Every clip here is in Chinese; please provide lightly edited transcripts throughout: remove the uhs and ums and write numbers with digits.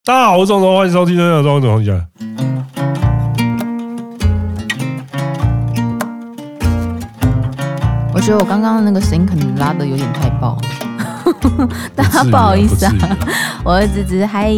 大家好，我是钟总，欢迎收听《真的钟总讲》。 我觉得我刚刚那个声音可能拉的有点太爆，大家不好意思啊。我是芝芝，嗨。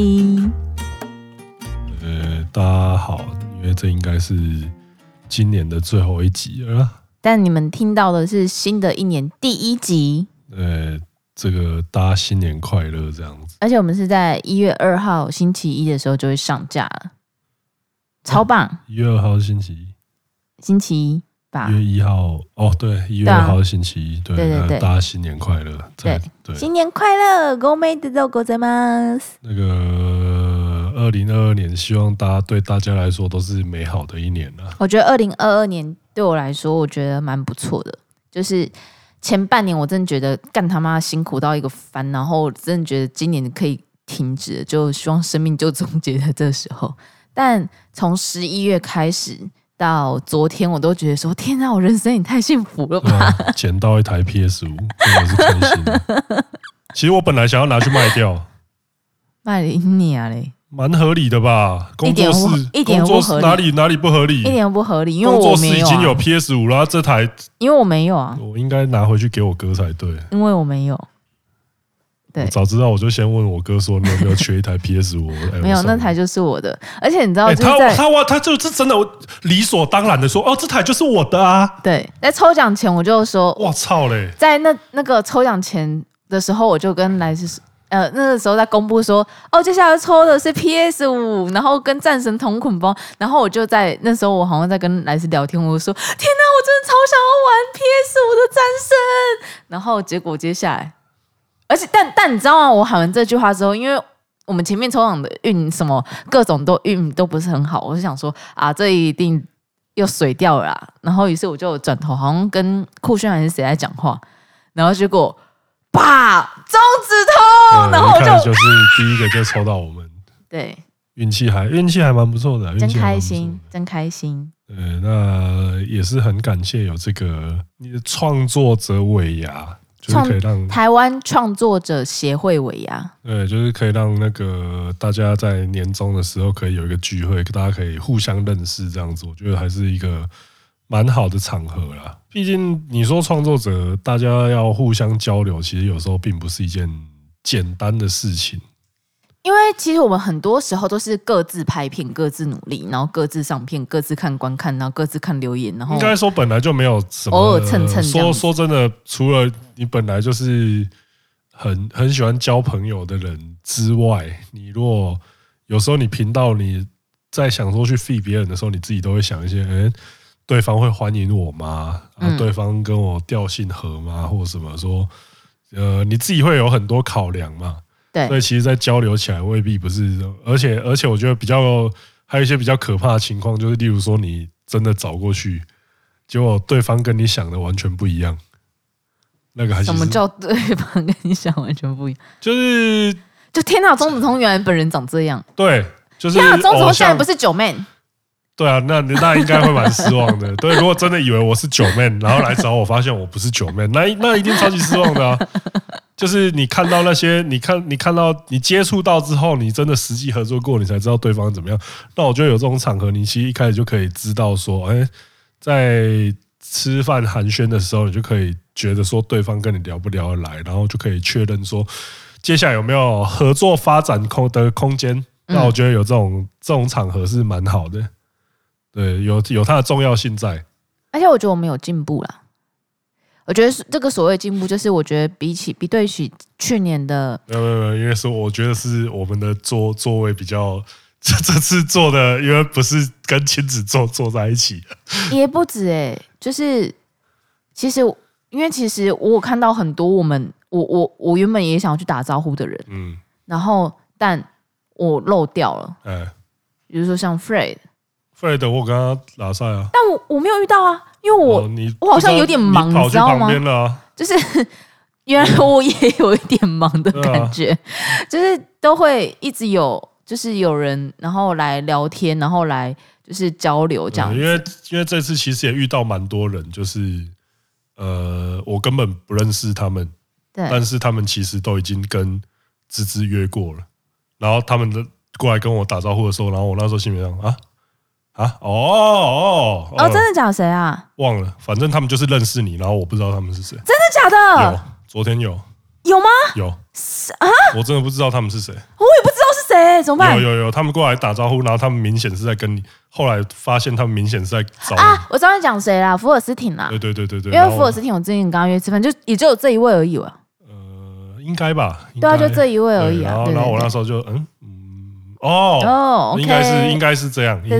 大家好，因为这应该是今年的最后一集了。 但你们听到的是新的一年第一集。 这个大家新年快乐这样子。 而且我们是在1月2号星期一的时候就会上架了，超棒 ！1月2号是星期一， 星期一吧 ？1月1号哦，对，1月2号是星期一，对，大家新年快乐， 对，新年快乐，ごめでとうございます。 那个2022年，希望对大家来说都是美好的一年啦。 我觉得2022年对我来说，我觉得蛮不错的，就是前半年我真的觉得干他妈辛苦到一个翻，然后真的觉得今年可以停止了，就希望生命就终结在这时候。但从11月开始到昨天，我都觉得说天啊，我人生也太幸福了吧！ 捡到一台 PS5，真的是开心。其实我本来想要拿去卖掉， 卖了1年嘞。 蛮合理的吧？工作室一点不合理， 哪里不合理？ 一点不合理，因为我没有、 工作室已经有 PS5了，这台因为我没有啊， 我应该拿回去给我哥才对。 因为我没有，对， 我早知道我就先问我哥说你有没有缺一台 PS5？ 没有，那台就是我的，而且你知道， 他就是真的理所当然的说，哦，这台就是我的啊。 对，在抽奖前我就说， 哇操嘞， 在那个抽奖前的时候，我就跟莱斯。那个时候在公布说，哦，接下来抽的是 PS5，然后跟战神同捆包，然后我就在那时候我好像在跟莱斯聊天，我说天哪，我真的超想要玩 PS5的战神，然后结果接下来，而且但你知道吗？我喊完这句话之后，因为我们前面抽奖的运什么各种运都不是很好，我就想说啊，这一定又水掉了啦，然后于是我就转头好像跟酷炫还是谁在讲话，然后结果。啪！中指头，然后就是第一个就抽到我们， 对， 运气还蛮不错的， 真开心，真开心。 那也是很感谢有这个你的创作者尾牙，就是可以让台湾创作者协会尾牙， 对，就是可以让那个大家在年终的时候可以有一个聚会，大家可以互相认识，这样子，我觉得还是一个蛮好的场合啦。毕竟你说创作者大家要互相交流，其实有时候并不是一件简单的事情。 因为其实我们很多时候都是各自拍片、各自努力，然后各自上片、各自看观看，然后各自看留言，然后应该说本来就没有什么偶尔蹭蹭。 说真的，除了你本来就是很喜欢交朋友的人之外，你如果有时候你频道你在想说去 feed 别人的时候，你自己都会想一些对方会欢迎我吗？对方跟我调性合吗？或者什么说，你自己会有很多考量嘛。 对， 所以其实，在交流起来未必不是，而且我觉得还有一些比较可怕的情况，就是例如说你真的找过去，结果对方跟你想的完全不一样。那个还是什么叫对方跟你想完全不一样？ 就天哪，钟子通原来本人长这样。 对，就是天哪，钟子通竟然不是9man。 对啊，那应该会蛮失望的。对，如果真的以为我是9man，然后来找我，发现我不是9man，那一定超级失望的啊！就是你看到那些，你看到你接触到之后，你真的实际合作过，你才知道对方怎么样。那我觉得有这种场合，你其实一开始就可以知道说，在吃饭寒暄的时候，你就可以觉得说对方跟你聊不聊得来，然后就可以确认说接下来有没有合作发展的空间。那我觉得有这种场合是蛮好的。对，有它的重要性在， 而且我觉得我们有进步啦。我觉得这个所谓进步，就是我觉得比对起去年的， 没有，因为说我觉得是我们的座位比较，这次坐的，因为不是跟亲子坐在一起的， 也不止就是其实我有看到很多我原本也想要去打招呼的人，然后但我漏掉了，比如说像 Fred， 我跟他拉赛啊， 但我没有遇到啊，因为我好像有点忙，你知道吗？就是原来我也有一点忙的感觉，就是都会一直有，就是有人然后来聊天，然后来就是交流这样子。 因为这次其实也遇到蛮多人，就是我根本不认识他们，但是他们其实都已经跟芝芝约过了，然后他们的过来跟我打招呼的时候，然后我那时候心里想真的假的？谁啊？ 忘了，反正他们就是认识你，然后我不知道他们是谁。 真的假的？ 有，昨天有吗？ 有啊，我真的不知道他们是谁， 我也不知道是谁，怎么办？ 有，他们过来打招呼，然后他们明显是在跟你，后来发现他们明显是在找你啊，我知道你讲谁啦，福尔斯汀啦。 对， 因为福尔斯汀我之前跟他约吃饭，就也就有这一位而已吧。 应该吧？ 对啊，就这一位而已啊。 然后我那时候就应该是这样， 对。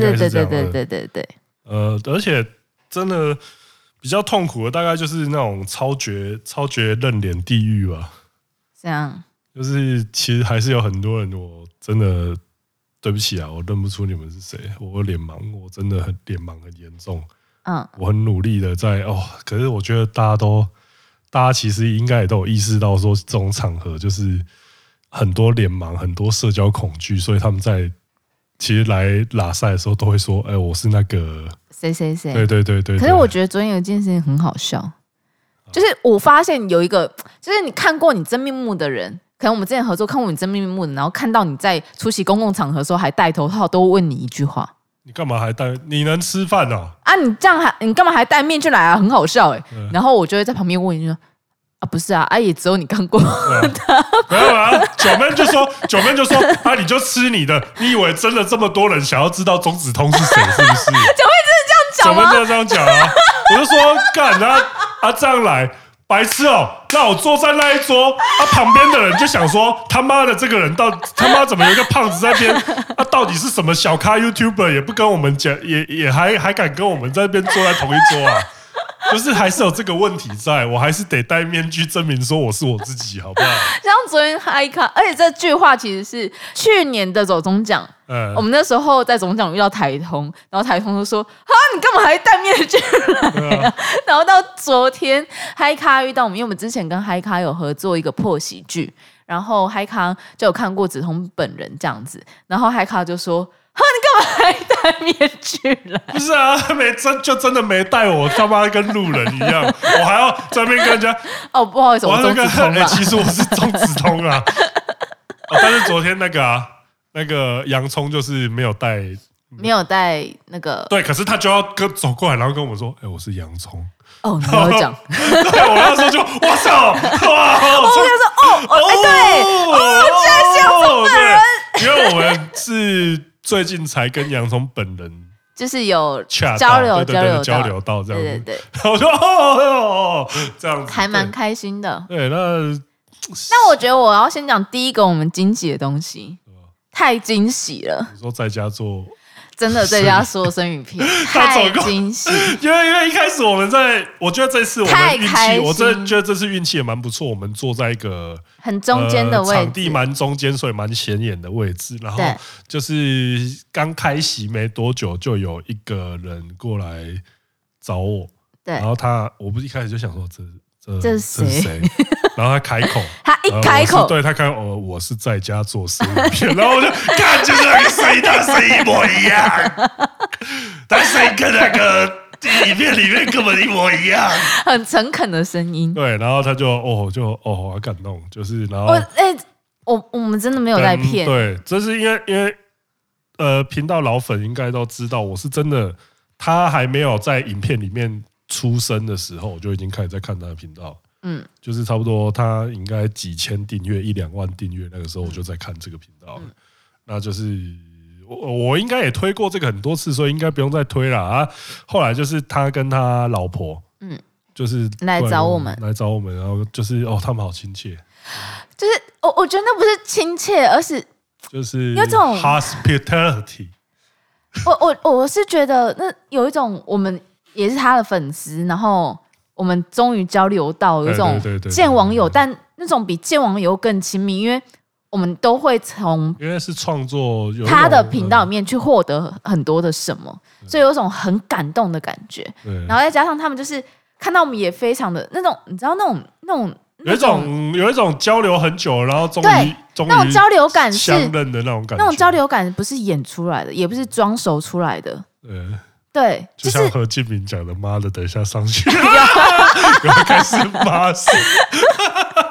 而且真的比较痛苦的，大概就是那种超绝认脸地狱吧。 这样， 就是其实还是有很多人，我真的对不起啊，我认不出你们是谁，我脸盲，我真的脸盲很严重。我很努力的可是我觉得大家其实应该也都有意识到，说这种场合就是很多脸盲，很多社交恐惧，所以他们在其实来拉赛的时候都会说：“我是那个谁。” 对。 可是我觉得昨天有一件事情很好笑，就是我发现有一个，就是你看过你真面目的人，可能我们之前合作看过你真面目的，然后看到你在出席公共场合的时候还戴头套，都会问你一句话：“ 你干嘛还戴？你能吃饭啊？ 你这样你干嘛还戴面具来啊？很好笑然后我就会在旁边问一句。不是啊，也只有你看过他。 没有啊，九妹就说你就吃你的，你以为真的这么多人想要知道中子通是谁是不是？ 九妹真的这样讲吗？ 九妹真的这样讲啊，我就说干这样来白痴哦，那我坐在那一桌，旁边的人就想说他妈的这个人他妈怎么有一个胖子在那边？到底是什么小咖 YouTuber 也不跟我们讲，也还敢跟我们在那边坐在同一桌啊？就是还是有这个问题在，我还是得戴面具证明说我是我自己，好不好？ 像昨天嗨咖，而且这句话其实是去年的走中奖，我们那时候在总奖遇到台通，然后台通就说：“你干嘛还戴面具来啊？”然后到昨天嗨咖遇到我们，因为我们之前跟嗨咖有合作一个破喜剧，然后嗨咖就有看过子通本人这样子，然后嗨咖就说。你干嘛还戴面具来？ 不是啊，真的没戴，我他妈跟路人一样，我还要在那边跟人家不好意思，我中子通啊。 其实我是中子通啊。但是昨天那个洋葱就是没有戴那个对，可是他就要走过来，然后跟我说：“我是洋葱。” 你没有讲， 对，我那时候就我操，哇！ 我就说居然是洋葱本人， 因为我们是最近才跟洋葱本人就是有交流到这样子， 对， 然后我说这样子还蛮开心的。 对， 那我觉得我要先讲第一个我们惊喜的东西，太惊喜了。 你说在家做。 真的在家说生鱼片，太惊喜！ 因为一开始我觉得这次我们运气，我真的觉得这次运气也蛮不错。我们坐在一个很中间的位置， 场地蛮中间，所以蛮显眼的位置。然后就是刚开席没多久，就有一个人过来找我， 对， 然后我不是一开始就想说这是谁？ 然后他开口， 他一开口， 对他开口，我是在家做生鱼片，然后我就看，就是那个声音，他声音一模一样，他声音跟那个影片里面根本一模一样， 很诚恳的声音。 对，然后他就好感动，就是然后我们真的没有在骗， 对，这是因为频道老粉应该都知道，我是真的，他还没有在影片里面出生的时候，我就已经开始在看他的频道。就是差不多他应该几千订阅1-2万订阅，那个时候我就在看这个频道。那就是我应该也推过这个很多次，所以应该不用再推了。后来就是他跟他老婆，就是来找我们， 然后就是他们好亲切， 就是我觉得那不是亲切，而是就是有种 hospitality。 我是觉得那有一种我们也是他的粉丝，然后。我们终于交流到有一种见网友，但那种比见网友更亲密，因为我们都会从因为是创作他的频道里面去获得很多的什么，所以有一种很感动的感觉。然后再加上他们就是看到我们也非常的那种，你知道那种有一种交流很久，然后终于那种交流感是相认的那种感觉， 那种交流感不是演出来的，也不是装熟出来的。对， 就像何敬明讲的，妈的，等一下上去，又开始骂谁？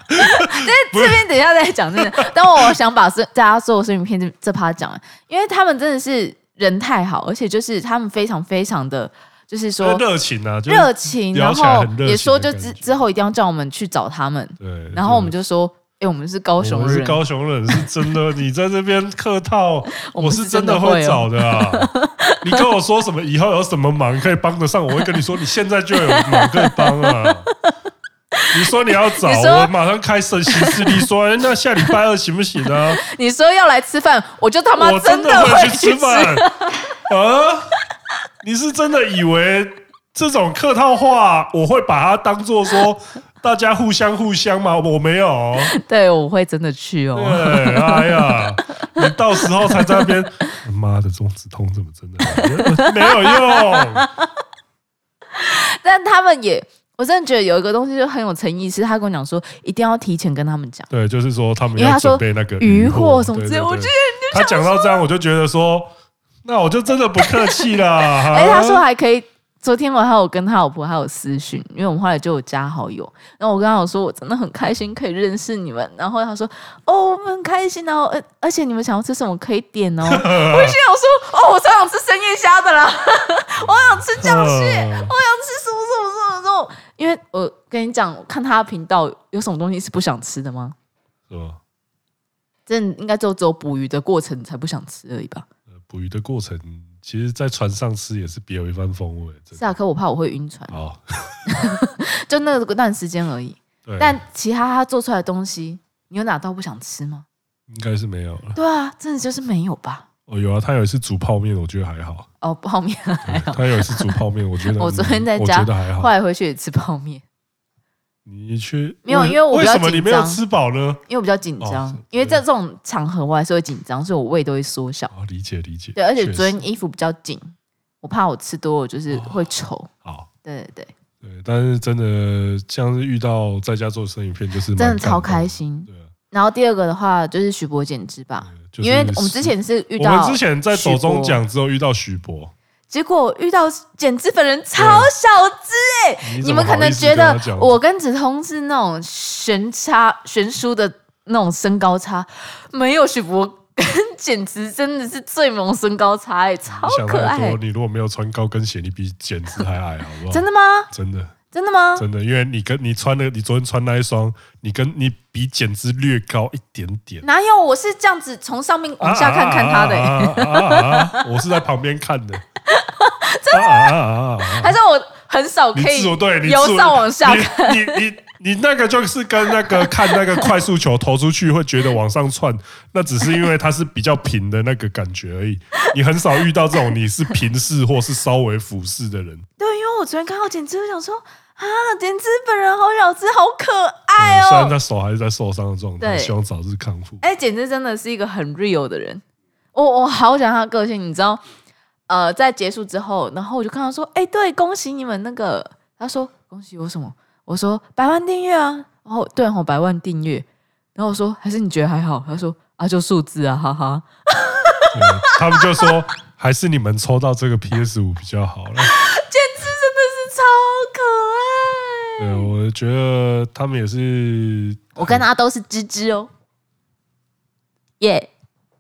这边等一下再讲真的，但我想把大家做生鱼片这趴讲完，因为他们真的是人太好，而且就是他们非常非常的。就是说热情啊， 热情，然后也说就之后一定要叫我们去找他们。 对， 然后我们就说，我们是高雄人， 我们是高雄人，是真的。你在这边客套，我是真的会找的啊。你跟我说什么以后有什么忙可以帮得上，我会跟你说，你现在就有忙可以帮啊。你说你要找，我马上开行事历说，那下礼拜2行不行啊？ 你说要来吃饭，我就他妈真的会去吃饭啊！你是真的以为这种客套话，我会把它当做说大家互相吗？我没有。 对，我会真的去哦。 对，哎呀，你到时候才在那边，妈的，中止痛怎么真的没有用？ 但他们也。我真的觉得有一个东西就很有诚意，是他跟我讲说一定要提前跟他们讲。 对，就是说他们要准备那个鱼货什么之类。我觉得他讲到这样，我就觉得说，那我就真的不客气啦。 他说还可以。昨天我还有跟他老婆还有私讯，因为我们后来就有加好友。然后我跟他说，我真的很开心可以认识你们。然后他说，我们很开心哦，而且你们想要吃什么可以点哦。我心想说，我超想吃生叶虾的啦，我想吃酱蟹，我想吃什么。因为我跟你讲，我看他的频道有什么东西是不想吃的吗？ 是吧？ 这应该只有捕鱼的过程才不想吃而已吧？ 捕鱼的过程。其实，在船上吃也是别有一番风味。 是啊，可我怕我会晕船。 哦， 就那段时间而已。但其他做出来的东西，你有哪道不想吃吗？ 应该是没有了。 对啊，真的就是没有吧？ 有啊，他有一次煮泡面，我觉得还好。 泡面还好。 他有一次煮泡面，我觉得我昨天在家， 我觉得还好。 后来回去也吃泡面。 你去没有，因为我比较紧张。 为什么你没有吃饱呢？ 因为我比较紧张，因为在这种场合我还是会紧张，所以我胃都会缩小。 理解。 对，而且昨天衣服比较紧，我怕我吃多了就是会丑。对， 但是真的像是遇到在家做生鱼片，就是真的超开心。对。然后第二个的话就是许博剪枝吧，因为我们之前是遇到， 我们之前在走中奖之后遇到许博。结果遇到剪枝本人超小只你们可能觉得我跟子通是那种悬殊的那种身高差，没有许博跟剪枝真的是最萌身高差超可爱。 你如果没有穿高跟鞋，你比剪枝还矮，好不好？ 真的吗？真的吗？ 真的，因为你昨天穿那一双，你比剪枝略高一点点。 哪有？我是这样子从上面往下看他的。 我是在旁边看的。 真的吗？还是我很少可以由上往下看？ 你那个就是跟那个看那个快速球投出去会觉得往上窜，那只是因为它是比较平的那个感觉而已。你很少遇到这种你是平视或是稍微俯视的人。 对，因为我昨天看到剪枝，我想说剪枝本人好小只，好可爱哦。 虽然他手还是在受伤的状态，希望早日康复。 剪枝真的是一个很 real 的人，我好喜欢他的个性，你知道。在结束之后，然后我就看他说：“对，恭喜你们那个。”他说：“恭喜我什么？”我说：“100万订阅啊！”然后对100万订阅。然后我说：“还是你觉得还好？”他说：“就数字啊，哈哈。” 他们就说：“还是你们抽到这个 PS5 比较好了。” 简直真的是超可爱。 对，我觉得他们也是， 我跟他都是芝芝哦。耶。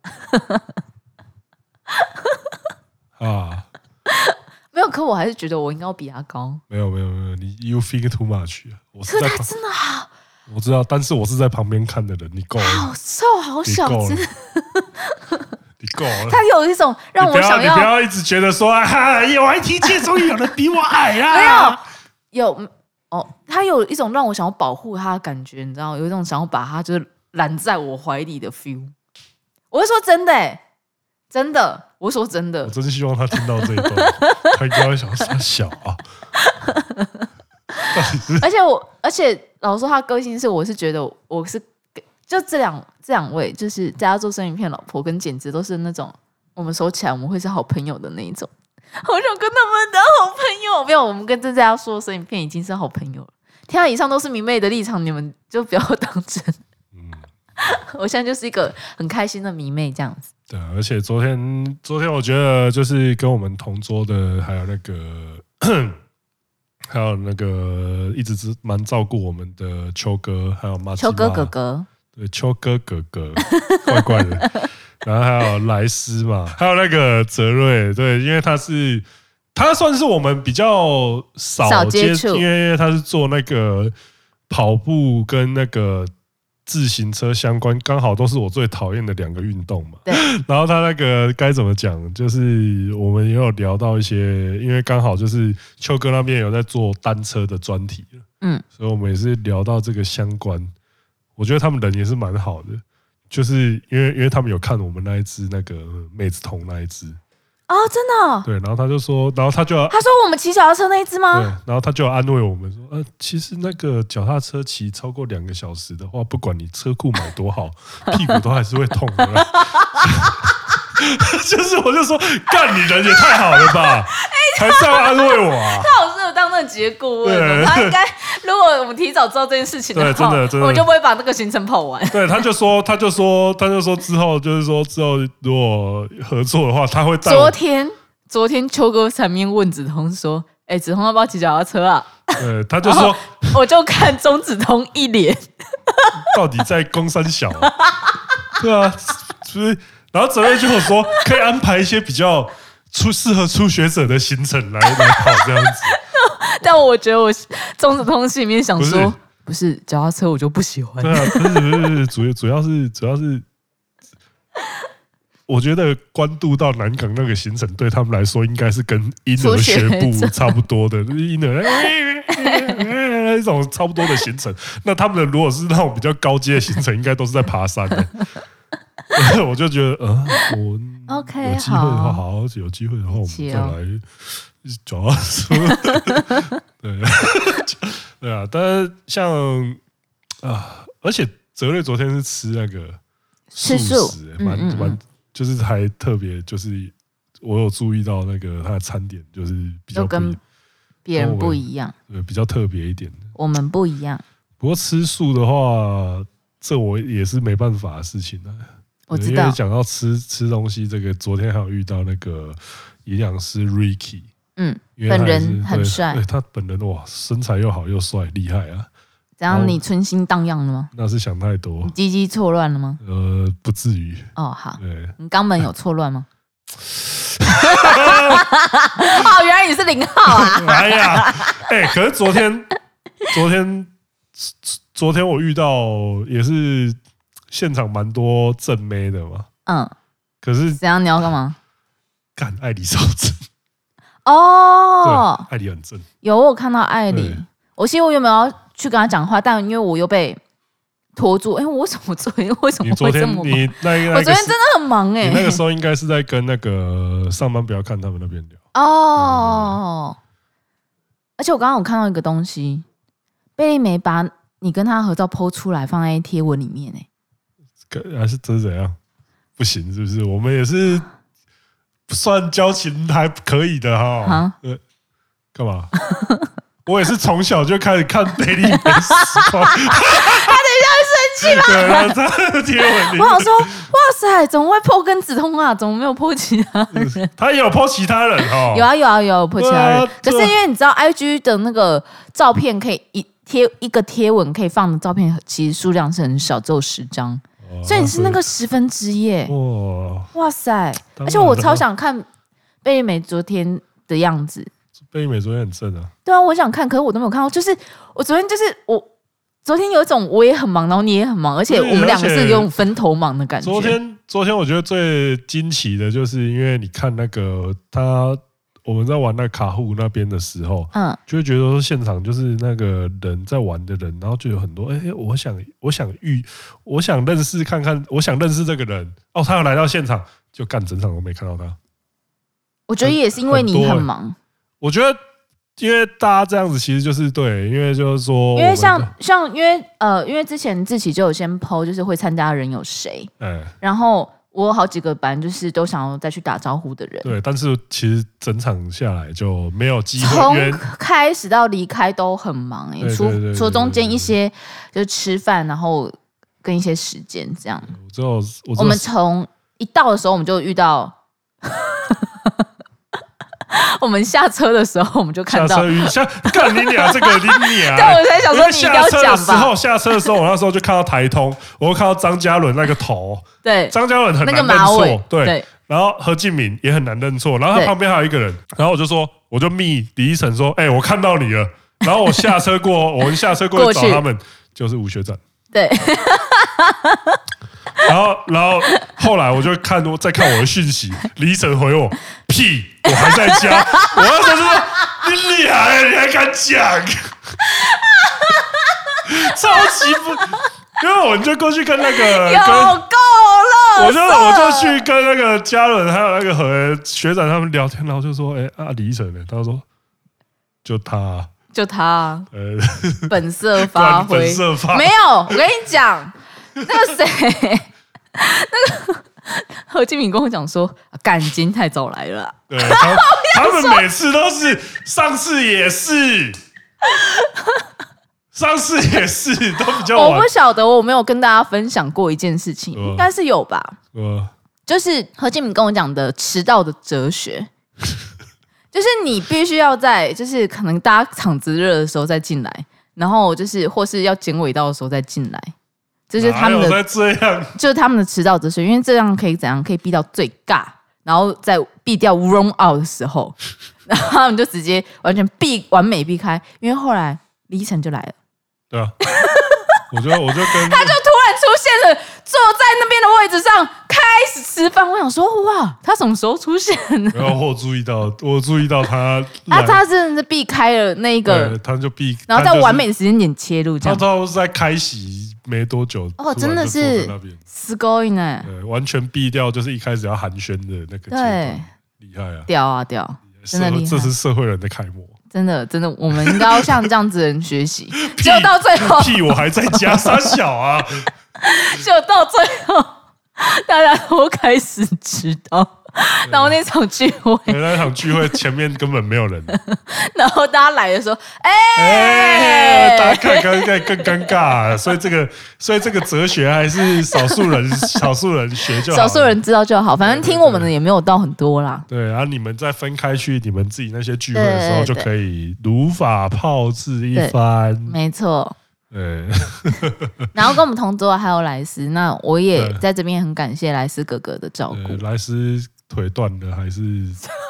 没有，可我还是觉得我应该要比他高。没有， 你 you think too much。 可他真的好， 我知道，但是我是在旁边看的人，你够了。 好瘦，好小只， 你够了。 他有一种让我想要， 你不要一直觉得说我还提界终于有人比我矮啊。 他有一种让我想要保护他的感觉，你知道，有一种想要把他就是揽在我怀里的 feel。我是说真的真的，我说真的， 我真希望他听到这一段，他应该会想说小啊。 而且老实说，他个性是，我是觉得我是就这两位，就是在家做生鱼片，老婆跟剪枝都是那种我们熟起来我们会是好朋友的那一种。好想跟他们当好朋友，没有，我们跟大家说生鱼片已经是好朋友了。听到以上都是迷妹的立场，你们就不要当真。我现在就是一个很开心的迷妹这样子。 对，而且昨天我觉得就是跟我们同桌的还有那个还有那个一直蛮照顾我们的秋哥，还有马秋哥哥哥， 对，秋哥哥哥，怪怪的。然后还有莱斯嘛，还有那个泽瑞，对，因为他算是我们比较少接触， 因为他是做那个跑步跟那个自行车相关，刚好都是我最讨厌的2个运动嘛。 对。 然后他那个该怎么讲，就是我们也有聊到一些，因为刚好就是秋哥那边有在做单车的专题了，所以我们也是聊到这个相关。我觉得他们人也是蛮好的。就是因为他们有看我们那一只那个妹子桶那一只哦，真的、哦、 对，然后他就说，然后他说我们骑脚踏车那一只吗？ 对，然后他就安慰我们说，其实那个脚踏车骑超过2个小时的话，不管你车库买多好，屁股都还是会痛的啦。就是我就说，干你人也太好了吧，还这样安慰我啊！ 他好适合当那结顾问，他应该如果我们提早知道这件事情的话， 真的， 我们就不会把那个行程跑完。 对，他就说之后如果合作的话，他会带我。 昨天秋哥才面问子通说：“子通要不要骑脚踏车啊？” 对，他就说， 我就看钟子通一脸， 到底在攻三小、啊？对啊，所以然后泽瑞就跟我说，可以安排一些比较适合初学者的行程来跑这样子。 但我觉得我钟子通心里面想说，不是脚踏车我就不喜欢。 对啊，不是主要是，我觉得关渡到南港那个行程对他们来说，应该是跟婴儿学步差不多的，婴儿那种差不多的行程。那他们的如果是那种比较高阶的行程，应该都是在爬山的。我就觉得，我 OK 有机会的话，好，有机会的话，我们再来脚踏车。对啊，但是像而且泽瑞昨天是吃那个素食，蛮就是还特别，就是我有注意到那个他的餐点就是比较跟别人不一样， 对，比较特别一点。 我们不一样。 不过吃素的话，这我也是没办法的事情啊。 我知道， 因为讲到吃东西，这个昨天还有遇到那个营养师 Ricky， 本人很帅， 对他本人哇，身材又好又帅，厉害啊！ 怎样？你春心荡漾了吗？ 那是想太多。 你鸡鸡错乱了吗？ 不至于。 哦，好。 对， 你肛门有错乱吗？哦，原来你是0号啊！ 哎呀，可是昨天我遇到也是现场蛮多正妹的嘛。可是怎样？你要干嘛？ 干艾里超正。 哦， 对，艾里很正。 有我看到艾里，我其实我原本要去跟他讲话，但因为我又被拖住。我为什么为什么会这么忙？我昨天真的很忙你那个时候应该是在跟那个上班不要看他们那边聊。 哦，而且我刚刚有看到一个东西，贝利梅把你跟他合照 po 出来放在贴文里面还是这是怎样？不行是不是？我们也是算交情还可以的哈。干嘛？我也是从小就开始看贝利梅实况。他等一下会生气吗？ 对，他贴文里。 我想说，哇塞，怎么会 po 跟子通啊？怎么没有 po 其他人？ 他也有 po 其他人哦。 有 po 其他人。可是因为你知道 IG 的那个照片可以一个贴文可以放的照片，其实数量是很少，只有10张。所以你是那个1/10耶！哇塞！而且我超想看贝利梅昨天的样子。 贝利梅昨天很正啊。 对啊，我想看，可是我都没有看到。就是我昨天我昨天有一种我也很忙，然后你也很忙，而且我们2个是有种分头忙的感觉。 昨天我觉得最惊奇的就是因为你看那个我们在玩那卡户那边的时候，就会觉得说现场就是那个人在玩的人，然后就有很多我想认识看看，我想认识这个人哦，他要来到现场，就干整场都没看到他。 我觉得也是因为你很忙。 我觉得因为大家这样子其实就是对，因为就是说， 因为因为之前志奇就有先 po 就是会参加的人有谁，然后。我有好几个班就是都想要再去打招呼的人， 对，但是其实整场下来就没有机会， 从开始到离开都很忙除了中间一些就是吃饭，然后跟一些时间这样。我们从一到的时候我们就遇到， 我们下车的时候，我们就看到干你俩这个你俩， 对，我才想说你一定要讲吧。 下车的时候，我那时候就看到台通，我看到张嘉伦那个头， 对， 张嘉伦很难认错，对。然后何敬敏也很难认错，然后他旁边还有一个人，然后我就密李依晨说，我看到你了。然后我们下车过去找他们，就是吴学长。 对。 然后后来我就再看我的讯息，李依晨回我屁，我还在家。我那时候就说你厉害，你还敢讲，超级不。因为我们就过去跟那个有够了， 我就去跟那个嘉伦还有那个何学长他们聊天，然后就说李依晨呢？他说就他。本色发挥，没有。我跟你讲，那个谁，那个何敬敏跟我讲说，干今太早来了。对，他们每次都是，上次也是。都比较晚。 我不晓得，我没有跟大家分享过一件事情，应该是有吧？就是何敬敏跟我讲的迟到的哲学，就是你必须要在，就是可能大家场子热的时候再进来，然后就是或是要剪尾刀的时候再进来，这就是他们的这样， 就是他们的迟到哲学，因为这样可以怎样？可以避到最尬，然后在避掉 run out 的时候，然后他们就直接完全完美避开，因为后来李依晨就来了。 对啊，我就跟他就突然出现了，坐在那边的位置上开始吃饭。我想说，哇，他什么时候出现呢？ 然后我注意到他， 他真的是避开了那个， 他就避， 然后在完美的时间点切入，这样。 他都是在开席没多久， 真的是すごい呢， 完全避掉，就是一开始要寒暄的那个阶段，厉害啊， 屌啊屌，真的厉害， 这是社会人的楷模。 真的，我们应该要向这样子的人学习。就到最后， 屁，我还在家三小啊！ 就到最后，大家都开始迟到。然后那场聚会， 前面根本没有人。 然后大家来的时候， 大家看更尴尬，所以这个哲学还是少数人学就好， 少数人知道就好。反正听我们的也没有到很多啦。 对，然后你们再分开去你们自己那些聚会的时候，就可以如法炮制一番。 没错。 对， 然后跟我们同桌还有莱斯，那我也在这边很感谢莱斯哥哥的照顾。 莱斯腿断了还是？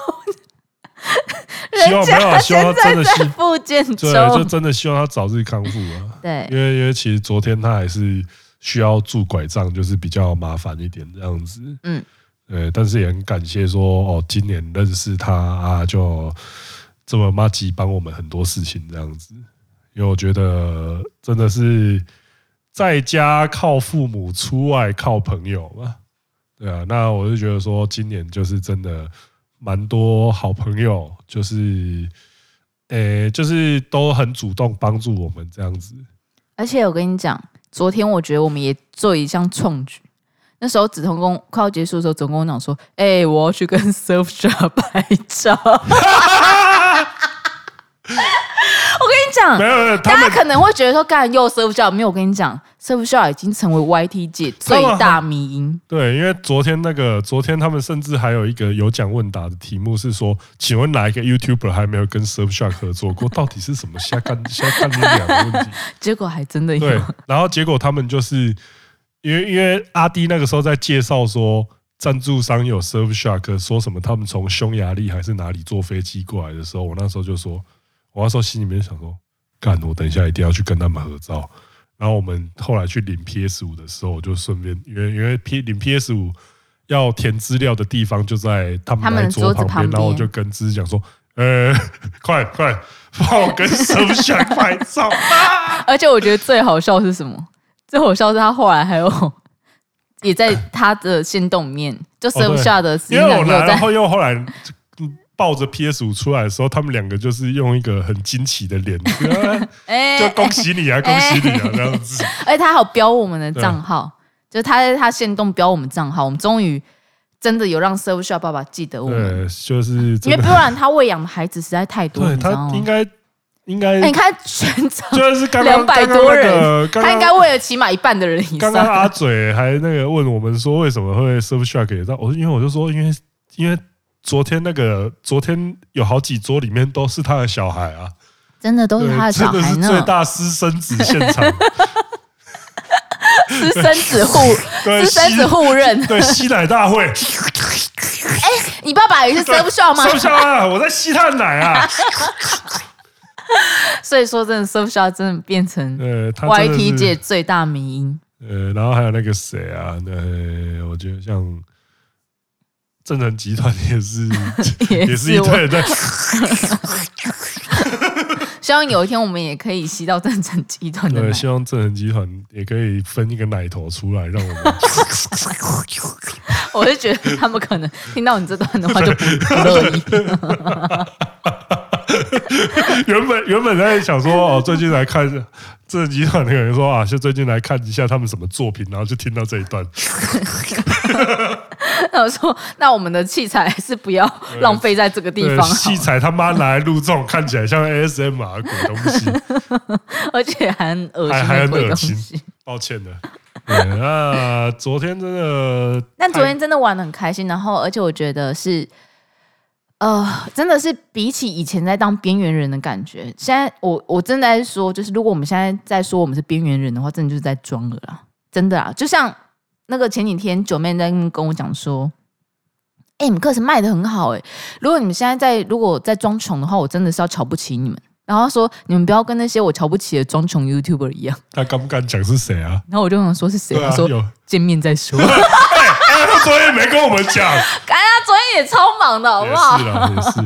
人家现在在复健中， 对，就真的希望他早日康复啊。 对， 因为其实昨天他还是需要拄拐杖，就是比较麻烦一点这样子。但是也很感谢说今年认识他啊，就这么麻吉帮我们很多事情这样子。因为我觉得真的是在家靠父母，出外靠朋友嘛，对啊。那我就觉得说，今年就是真的蛮多好朋友，就是都很主动帮助我们这样子。 而且我跟你讲，昨天我觉得我们也做一项创举。那时候梓潼公快要结束的时候，总跟我讲说：“我要去跟 Surfshark 拍照。”我跟你讲， 没有， 大家可能会觉得说，干又 Surfshark，没有。我跟你讲 ，Surfshark 已经成为 YT 界最大迷因。 对，因为昨天他们甚至还有一个有奖问答的题目是说，请问哪一个 YouTuber 还没有跟 Surfshark 合作过？到底是什么瞎干你俩的问题？ 结果还真的有。 对，然后结果他们就是因为阿弟那个时候在介绍说，赞助商有 Surfshark， 说什么他们从匈牙利还是哪里坐飞机过来的时候，我那时候就说。我那时候心里面想说，干，我等一下一定要去跟他们合照。然后我们后来去领 PS5的时候，我就顺便，因为领 PS5要填资料的地方就在他们那桌旁边，然后我就跟芝讲说，快帮我跟Surfshark拍照。 而且我觉得最好笑是什么？最好笑是他后来还有也在他的限动里面，就 Surfshark 的， 因为我来，然后又后来。抱着 PS5 出来的时候，他们两个就是用一个很惊奇的脸，就恭喜你啊，恭喜你啊这样子。 而且他还有标我们的账号，就是他在他限动标我们账号，我们终于真的有让 Surfshark 爸爸记得我们， 就是因为不然他喂养的孩子实在太多， 对他应该， 你看全场就是刚刚 200多人，他应该喂了起码一半的人以上。 刚刚阿嘴还那个问我们说为什么会 Surfshark 也到，因为我就说因为昨天有好几桌里面都是他的小孩啊， 真的都是他的小孩呢， 真的是最大私生子现场。 私生子互认， 对，吸奶大会。 你爸爸也是 surf shop 吗 ？surf shop 啊，我在吸他的奶啊。 所以说，真的 surf shop 真的变成YT 界最大迷因。 然后还有那个谁啊？我觉得像正成集团也是一堆人在。 希望有一天我们也可以吸到正成集团的奶。 对，希望正成集团也可以分一个奶头出来，让我们。 我就觉得他们可能听到你这段的话就不乐意。 原本在想说最近来看正成集团那个人说就最近来看一下他们什么作品，然后就听到这一段。 那我说，那我们的器材是不要浪费在这个地方。 器材他妈拿来录这种看起来像 ASMR 鬼东西， 而且还很恶心， 还很恶心。抱歉的。那昨天真的， 但昨天真的玩得很开心，然后而且我觉得是，真的是比起以前在当边缘人的感觉，现在我真的在说，就是如果我们现在在说我们是边缘人的话，真的就是在装了啦，真的啦。就像那个前几天九妹在跟我讲说，你们课程卖得很好如果你们现在如果在装穷的话，我真的是要瞧不起你们。然后说你们不要跟那些我瞧不起的装穷 YouTuber 一样。 他敢不敢讲是谁啊？ 然后我就想说是谁？他说见面再说。 他昨天没跟我们讲。 他昨天也超忙的，好不好？ 也是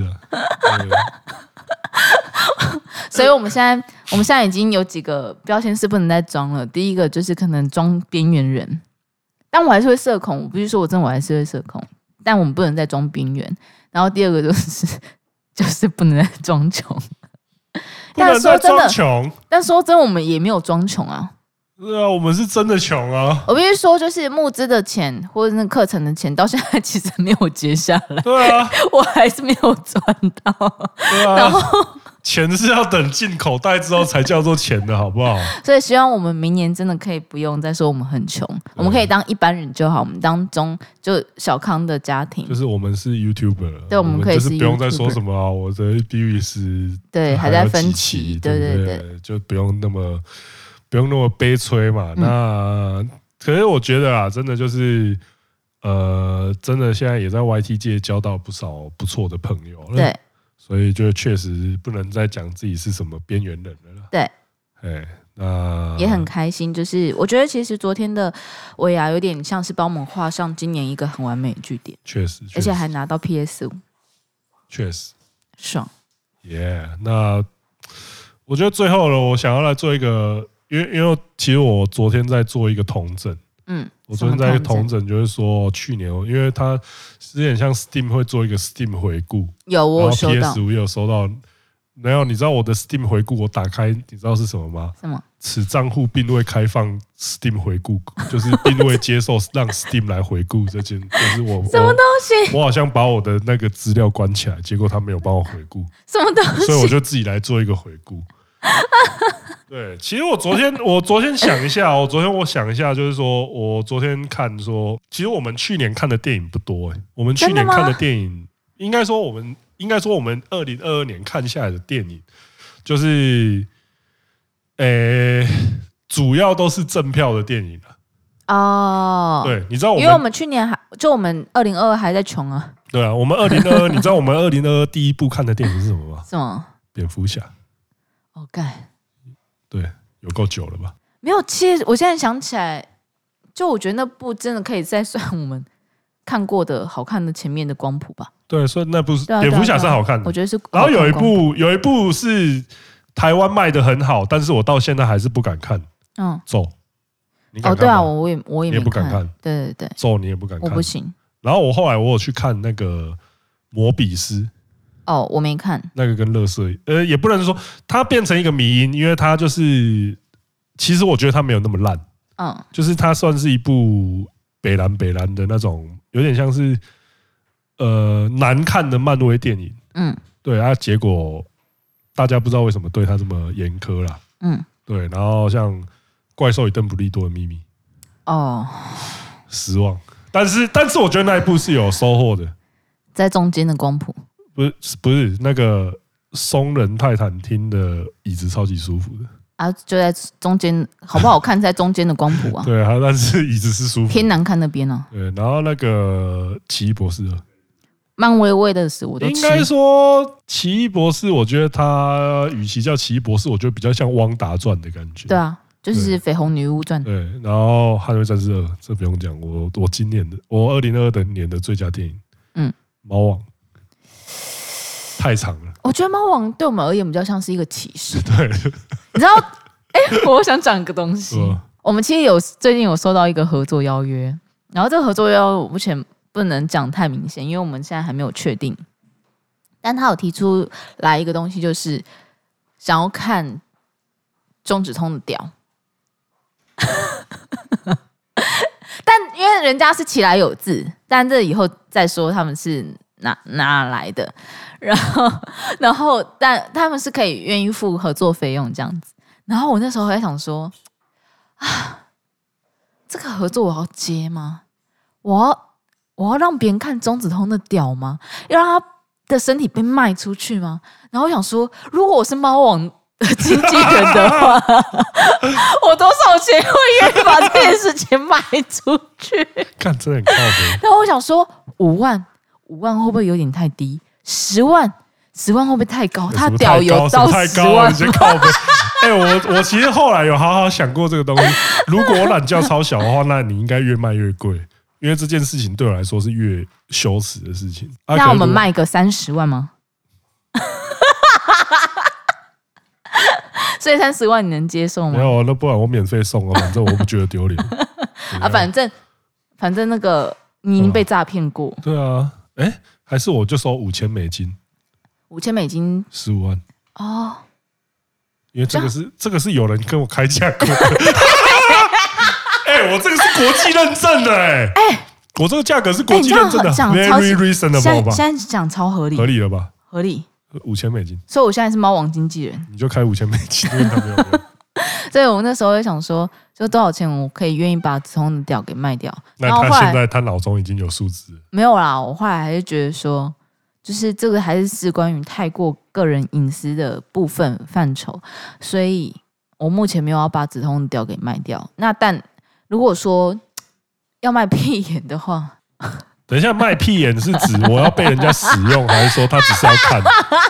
啊。 所以我们现在已经有几个标签是不能再装了。第一个就是可能装边缘人，但我还是会社恐。我必须说，我还是会社恐，但我们不能再装边缘。然后第二个就是不能再装穷。 但说真的， 但说真的，我们也没有装穷啊。 是啊，我们是真的穷啊。 我必须说，就是募资的钱或者那课程的錢，到现在其实没有结下来。 对啊， 我还是没有赚到。 对啊， 然后钱是要等进口袋之后才叫做钱的，好不好？ 所以希望我们明年真的可以不用再说我们很穷，我们可以当一般人就好，我们当中就小康的家庭。 就是我们是 YouTuber， 对，我们可以就是不用再说什么我的 BUS 对还在分期，对， 就不用那么悲催嘛。那可是我觉得啊，真的就是真的现在也在 YT 界交到不少不错的朋友了。 对。 所以就确实不能再讲自己是什么边缘人了啦。 对， 那也很开心。就是我觉得其实昨天的尾牙有点像是帮我们画上今年一个很完美的句点， 确实， 而且还拿到 PS5， 确实爽。 那我觉得最后了，我想要来做一个，因为其实我昨天在做一个统整。我昨天在统整，就是说去年，因为它有点像 Steam 会做一个 Steam 回顾， 有我收到， PS5 也有收到。然后你知道我的 Steam 回顾，我打开，你知道是什么吗？ 什么？ 此账户并未开放 Steam 回顾，就是并未接受让 Steam 来回顾这件，就是什么东西？ 我好像把我的那个资料关起来，结果他没有帮我回顾， 什么东西？ 所以我就自己来做一个回顾。对，其实我昨天想一下，我想一下，就是说我昨天看说，其实我们去年看的电影不多我们去年看的电影，应该说我们2022年看下来的电影，就是主要都是正票的电影对，你知道因为我们去年我们2022还在穷啊。 对啊，我们2022，你知道我们2022第一部看的电影是什么吗？ 什么？ 蝙蝠侠。 干。 对，有够久了吧？ 没有，其实我现在想起来，就我觉得那部真的可以再算我们看过的好看的前面的光谱吧。对， 所以那部蝙蝠侠是好看的， 我觉得是。 然后有一部是台湾卖的很好，但是我到现在还是不敢看。咒，你敢看吗？ 对啊，我也不敢看。 对， 咒你也不敢看， 我不行。 然后我后来我有去看那个摩比斯。 我没看那个跟垃圾，也不能说它变成一个迷因，因为它就是，其实我觉得它没有那么烂，就是它算是一部北蓝的那种，有点像是难看的漫威电影，对啊，结果大家不知道为什么对它这么严苛啦，对，然后像怪兽与邓布利多的秘密，失望，但是我觉得那一部是有收获的。 在中间的光谱。 不是那个松仁泰坦厅的椅子超级舒服的啊，就在中间，好不好看？在中间的光谱啊。 对啊，但是椅子是舒服的， 偏难看那边啊。 对，然后那个奇异博士漫威味的食物都吃。 应该说奇异博士，我觉得他与其叫奇异博士，我觉得比较像汪达传的感觉。 对啊，就是绯红女巫传。 对，然后捍卫战士2，这不用讲，我今年的我2022年的最佳电影，猫王。太长了， 我觉得猫王对我们而言比较像是一个启示。 对， 你知道，我想讲一个东西。我们其实最近有收到一个合作邀约，然后这个合作邀约我目前不能讲太明显，因为我们现在还没有确定。但他有提出来一个东西，就是想要看中指通的屌。但因为人家是其来有自，但这以后再说他们是哪来的，然后但他们是可以愿意付合作费用这样子。然后我那时候还想说，这个合作我要接吗？我要让别人看中指通的屌吗？要让他的身体被卖出去吗？然后我想说，如果我是猫王的经纪人的话，我多少钱会愿意把这件事情卖出去？ 看真的很靠北。 然后我想说，5万会不会有点太低？10万会不会太高？他屌有到10万你先靠北。我其实后来有好好想过这个东西。如果我懒觉超小的话，那你应该越卖越贵，因为这件事情对我来说是越羞耻的事情。 那我们卖个30万吗？所以30万你能接受吗？ 没有，那不然我免费送啊，反正我不觉得丢脸。 啊，反正那个你已经被诈骗过。 对啊，还是我就收$5000。 $5000 15万哦， 因为这个是有人跟我开价过的。我这个是国际认证的我这个价格是国际认证的，very reasonable 吧？ 现在讲超合理， 合理了吧？ 合理 $5000， 所以我现在是猫王经纪人， 你就开$5000，因为他没有。 所以我那时候就想说，就多少钱我可以愿意把子通的屌给卖掉？ 那他现在他脑中已经有数字了。 没有啦，我后来还是觉得说，就是这个还是事关于太过个人隐私的部分范畴，所以我目前没有要把子通的屌给卖掉。那但如果说要卖屁眼的话， 等一下，卖屁眼是指我要被人家使用，还是说他只是要看？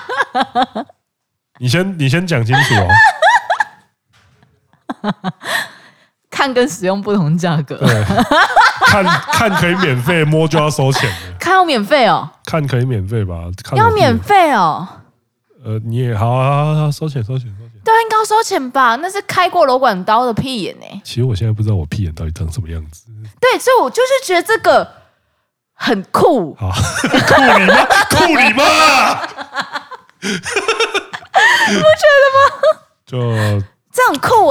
你先讲清楚哦。 看跟使用不同价格。 对，看可以免费，摸就要收钱的。 看要免费哦？ 看可以免费吧？ 要免费哦？ 你也好，收钱。对啊，应该要收钱吧？那是开过柔管刀的屁眼其实我现在不知道我屁眼到底长什么样子。 对，所以我就是觉得这个很酷。 好，酷你妈！ 你不觉得吗？ 就这很酷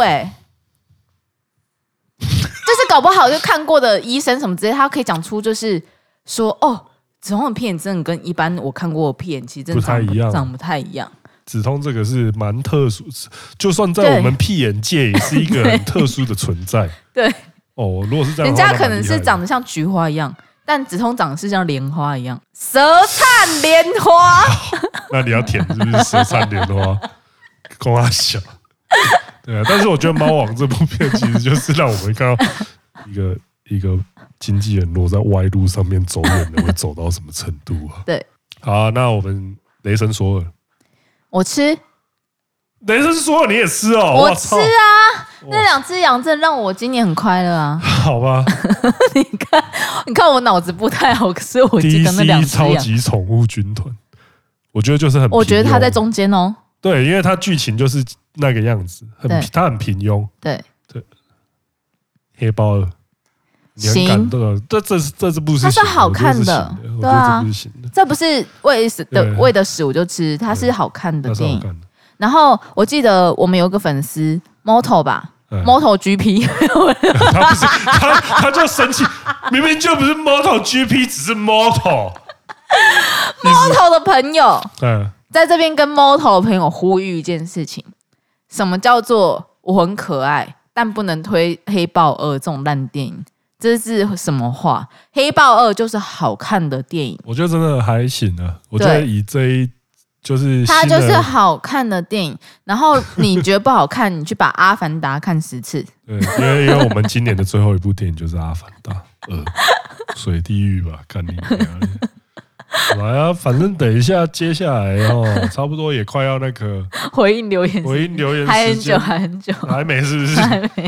就是搞不好就看过的医生什么之类，他可以讲出就是说子通的屁眼真的跟一般我看过的屁眼其实真的长不太一样。 子通这个是蛮特殊，就算在我们屁眼界也是一个很特殊的存在。 对， 如果是这样， 人家可能是长得像菊花一样，但子通长得是像莲花一样，舌灿莲花。 那你要舔是不是舌灿莲花？跟我小。对啊，但是我觉得《猫王》这部片其实就是让我们看到一个经纪人落在歪路上面走远了会走到什么程度啊？ 对， 好，那我们雷神索尔，我吃雷神索尔你也吃哦？ 我吃啊，那2只羊真的让我今年很快乐啊。 好吧， 你看我脑子不太好，可是我记得那2只羊。 DC 超级宠物军团，我觉得就是很， 我觉得他在中间哦。 对，因为他剧情就是那个样子，他很平庸。 对， 黑豹2，你很感动。这部是它是好看的，对啊，这不是为的屎我就吃，它是好看的电影。然后我记得我们有个粉丝 Moto 吧，Moto GP， 他就生气，明明就不是 Moto GP， 只是 Moto 的朋友。在这边跟 Moto 的朋友呼吁一件事情：什么叫做我很可爱，但不能推黑豹2这种烂电影？ 这是什么话？黑豹2就是好看的电影， 我觉得真的还行啊。我觉得以这一就是它就是好看的电影。然后你觉得不好看，你去把《阿凡达》看10次。 对，因为我们今年的最后一部电影就是《阿凡达2》，水地狱吧，看你来啊！反正等一下，接下来差不多也快要那个回应留言还很久， 还没是不是？ 还没。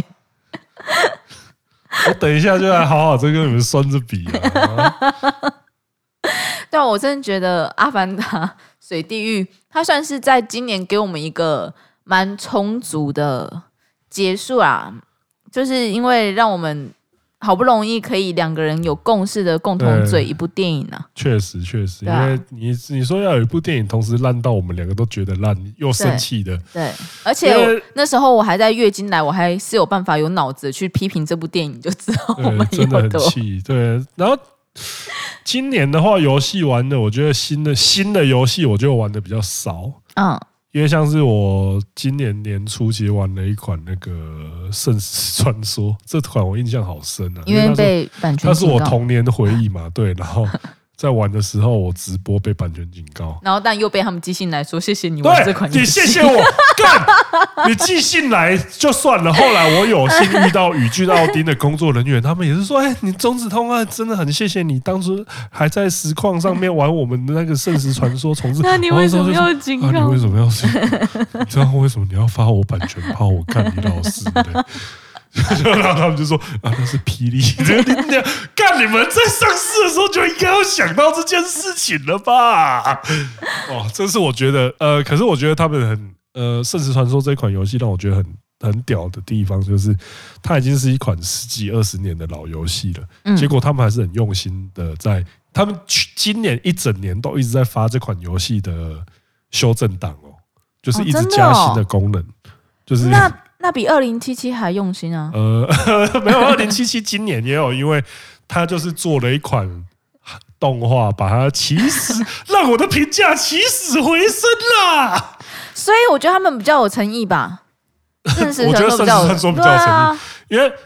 我等一下就来好好再跟你们酸着比啊！ 对，我真的觉得《阿凡达》水地狱，它算是在今年给我们一个蛮充足的结束啊，就是因为让我们好不容易可以两个人有共识的共同追一部电影啊。 确实，因为你说要有一部电影同时烂到我们两个都觉得烂又生气的， 对，而且那时候我还在月经来，我还是有办法有脑子去批评这部电影，就知道我们真的很气。对，然后今年的话，游戏玩的，我觉得新的游戏，我就玩的比较少。因为像是我今年年初其实玩了一款那个《圣死传说》，这款我印象好深啊， 因为被版权警告， 它是我童年的回忆嘛，对，然后在玩的时候我直播被版权警告， 然后但又被他们寄信来说谢谢你玩这款游戏， 你谢谢我，干，你寄信来就算了，后来我有幸遇到宇峻奥丁的工作人员，他们也是说，你中子通啊，真的很谢谢你当初还在实况上面玩我们的那个圣石传说重置， 那你为什么要警告？ 你为什么要？你知道为什么你要发我版权炮？我干你老师的。然后他们就说那是霹雳，干你们在上市的时候就应该要想到这件事情了吧？这是我觉得可是我觉得他们很圣石传说这款游戏让我觉得很屌的地方，就是它已经是一款10几20年的老游戏了，结果他们还是很用心的他们今年一整年都一直在发这款游戏的修正档就是一直加新的功能，就是那比2077还用心啊！ 没有2077今年也有，因为他就是做了一款动画，把它让我的评价起死回生啦。 所以我觉得他们比较有诚意吧。 我觉得圣石传说比较有诚意，因为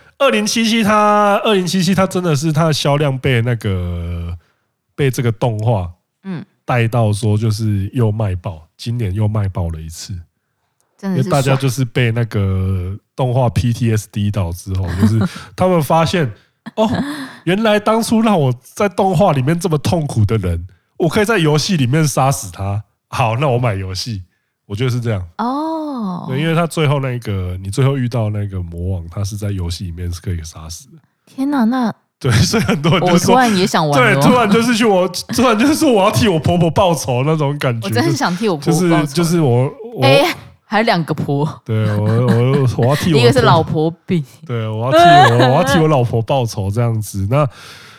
2077它真的是它的销量被这个动画带到说就是又卖爆，今年又卖爆了一次。因为大家就是被那个动画 PTSD 到之后，就是他们发现原来当初让我在动画里面这么痛苦的人，我可以在游戏里面杀死他。好，那我买游戏，我觉得是这样对，因为他最后你最后遇到那个魔王，他是在游戏里面是可以杀死的。 天哪，那对，所以很多人就说， 我突然也想玩了。 对，突然就是说我要替我婆婆报仇那种感觉。 我真的想替我婆婆报仇， 就是我。 还有2个婆， 对我要替我一个是老婆饼， 对我要替我老婆报仇这样子。那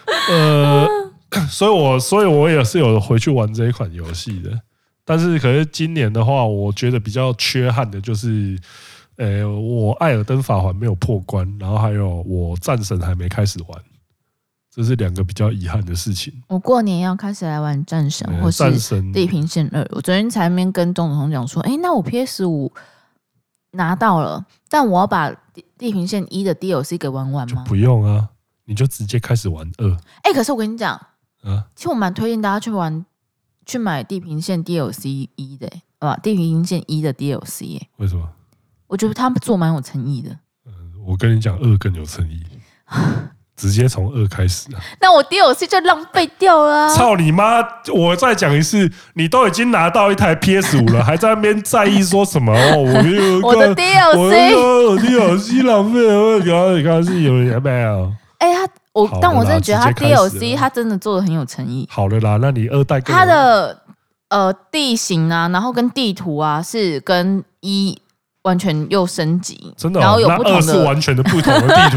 所以我也是有回去玩这一款游戏的。但是可是今年的话，我觉得比较缺憾的就是，我艾尔登法环没有破关，然后还有我战神还没开始玩。这是2个比较遗憾的事情。 我过年要开始来玩战神或是地平线2。我昨天才面跟钟总讲说，那我 PS5 拿到了，但我要把地平线1的 DLC 给玩完吗？ 就不用啊，你就直接开始玩2。 可是我跟你讲其实我蛮推荐大家去买地平线 DLC 1的地平线1的 DLC 为什么？ 我觉得他们做蛮有诚意的。 我跟你讲，2更有诚意。直接从2开始啊！ 那我 DLC 就浪费掉了操你妈！我再讲一次，你都已经拿到一台 PS5 了，还在那边在意说什么？ 我的 DLC， 我 DLC 浪费了，你刚是有人没有？ 但我真的觉得他 DLC 他真的做的很有诚意。 好了啦，那你2代他的地形啊，然后跟地图啊是跟1完全又升级， 真的， 然后有不同的， 那2是完全的不同的地图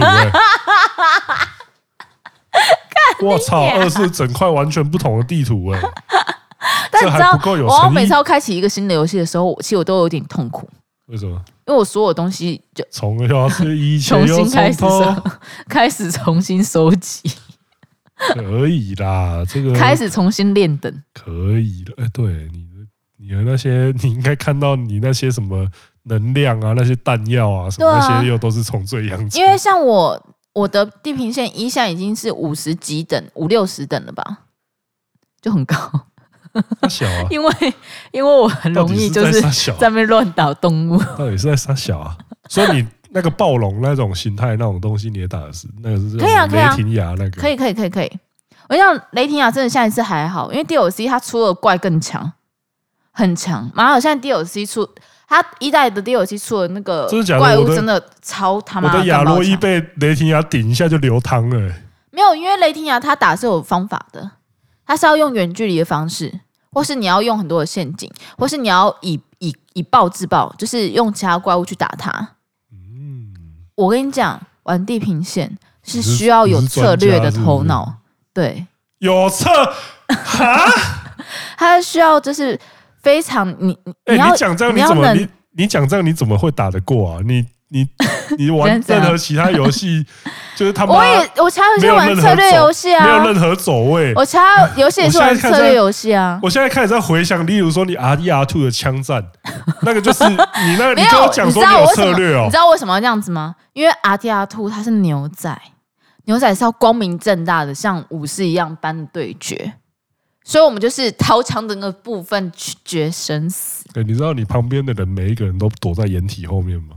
我操，2是整块完全不同的地图但你知道， 我每次要开启一个新的游戏的时候，其实我都有点痛苦。 为什么？ 因为我所有东西就重新开始重新收集， 可以啦，这个开始重新练等， 可以的。对你的那些，你应该看到你那些什么能量啊，那些弹药啊，什么那些又都是从最养。 因为像我我的地平线一现在已经是50几等，50、60等了吧，就很高。 它小啊， 因为我很容易就是在那边乱打动物。 到底是在杀小啊？所以你那个暴龙那种形态那种东西，你也打的是那个是可以啊， 雷霆牙那个， 可以。我想雷霆牙真的下一次还好，因为 DLC 它出的怪更强，很强。马尔现在 DLC 出，它1代的 DLC 出的那个怪物真的超他妈的。 我的亚罗伊被雷霆牙顶一下就流汤了、欸。 没有，因为雷霆牙它打是有方法的。它是要用远距离的方式，或是你要用很多的陷阱，或是你要以暴制暴，就是用其他怪物去打它。我跟你讲，玩地平线是需要有策略的头脑，对， 有哈， 它需要就是非常你讲这样你讲这样你怎么会打得过啊？你玩任何其他游戏，就是他妈我其他游戏玩策略游戏啊， 没有任何走位。 我其他游戏也是玩策略游戏啊。 我现在开始在回想，例如说你 R1、R2 的枪战，那个就是你跟我讲说你有策略哦。 你知道为什么要这样子吗？因为 R1、R2 它是牛仔，牛仔是要光明正大的像武士一样般的对决，所以我们就是掏枪的那个部分去决生死。 对，你知道你旁边的人每一个人都躲在掩体后面吗？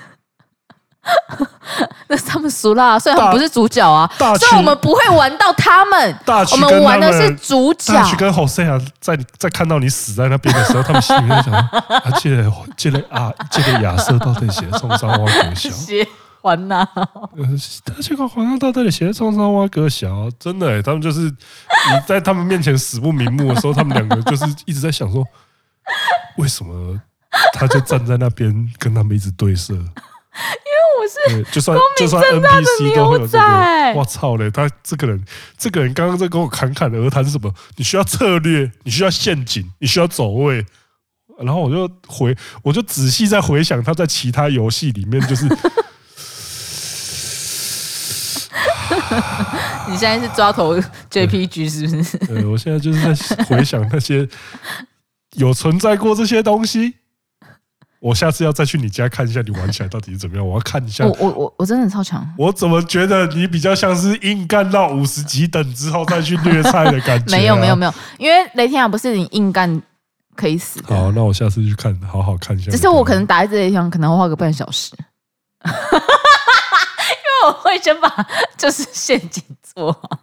那是他们输啦，所以他们不是主角啊，所以我们不会玩到他们，我们玩的是主角。 大曲跟 Hosea 在看到你死在那边的时候，他们心里面想：啊，这个亚瑟到底写创伤挖格小？ 还呐！ 这个好像到底写创伤挖格小？真的、欸，他们就是你在他们面前死不瞑目的时候，他们两个就是一直在想说，为什么他就站在那边跟他们一直对射？ 因为我是就算 NPC 都会有这个，我操嘞！他这个人刚刚在跟我侃侃而谈是什么？你需要策略，你需要陷阱，你需要走位。然后我就仔细在回想他在其他游戏里面，就是你现在是抓头 JPG 是不是？ 对，我现在就是在回想那些有存在过这些东西。我下次要再去你家看一下你玩起来到底是怎么样，我要看一下。 我真的超强。 我怎么觉得你比较像是硬干到50几等之后再去虐菜的感觉、啊？ 没有，因为雷霆牙不是你硬干可以死的。 好，那我下次去看，好好看一下。 只是我可能打一只雷霆牙可能会花个半小时，因为我会先把就是陷阱做好。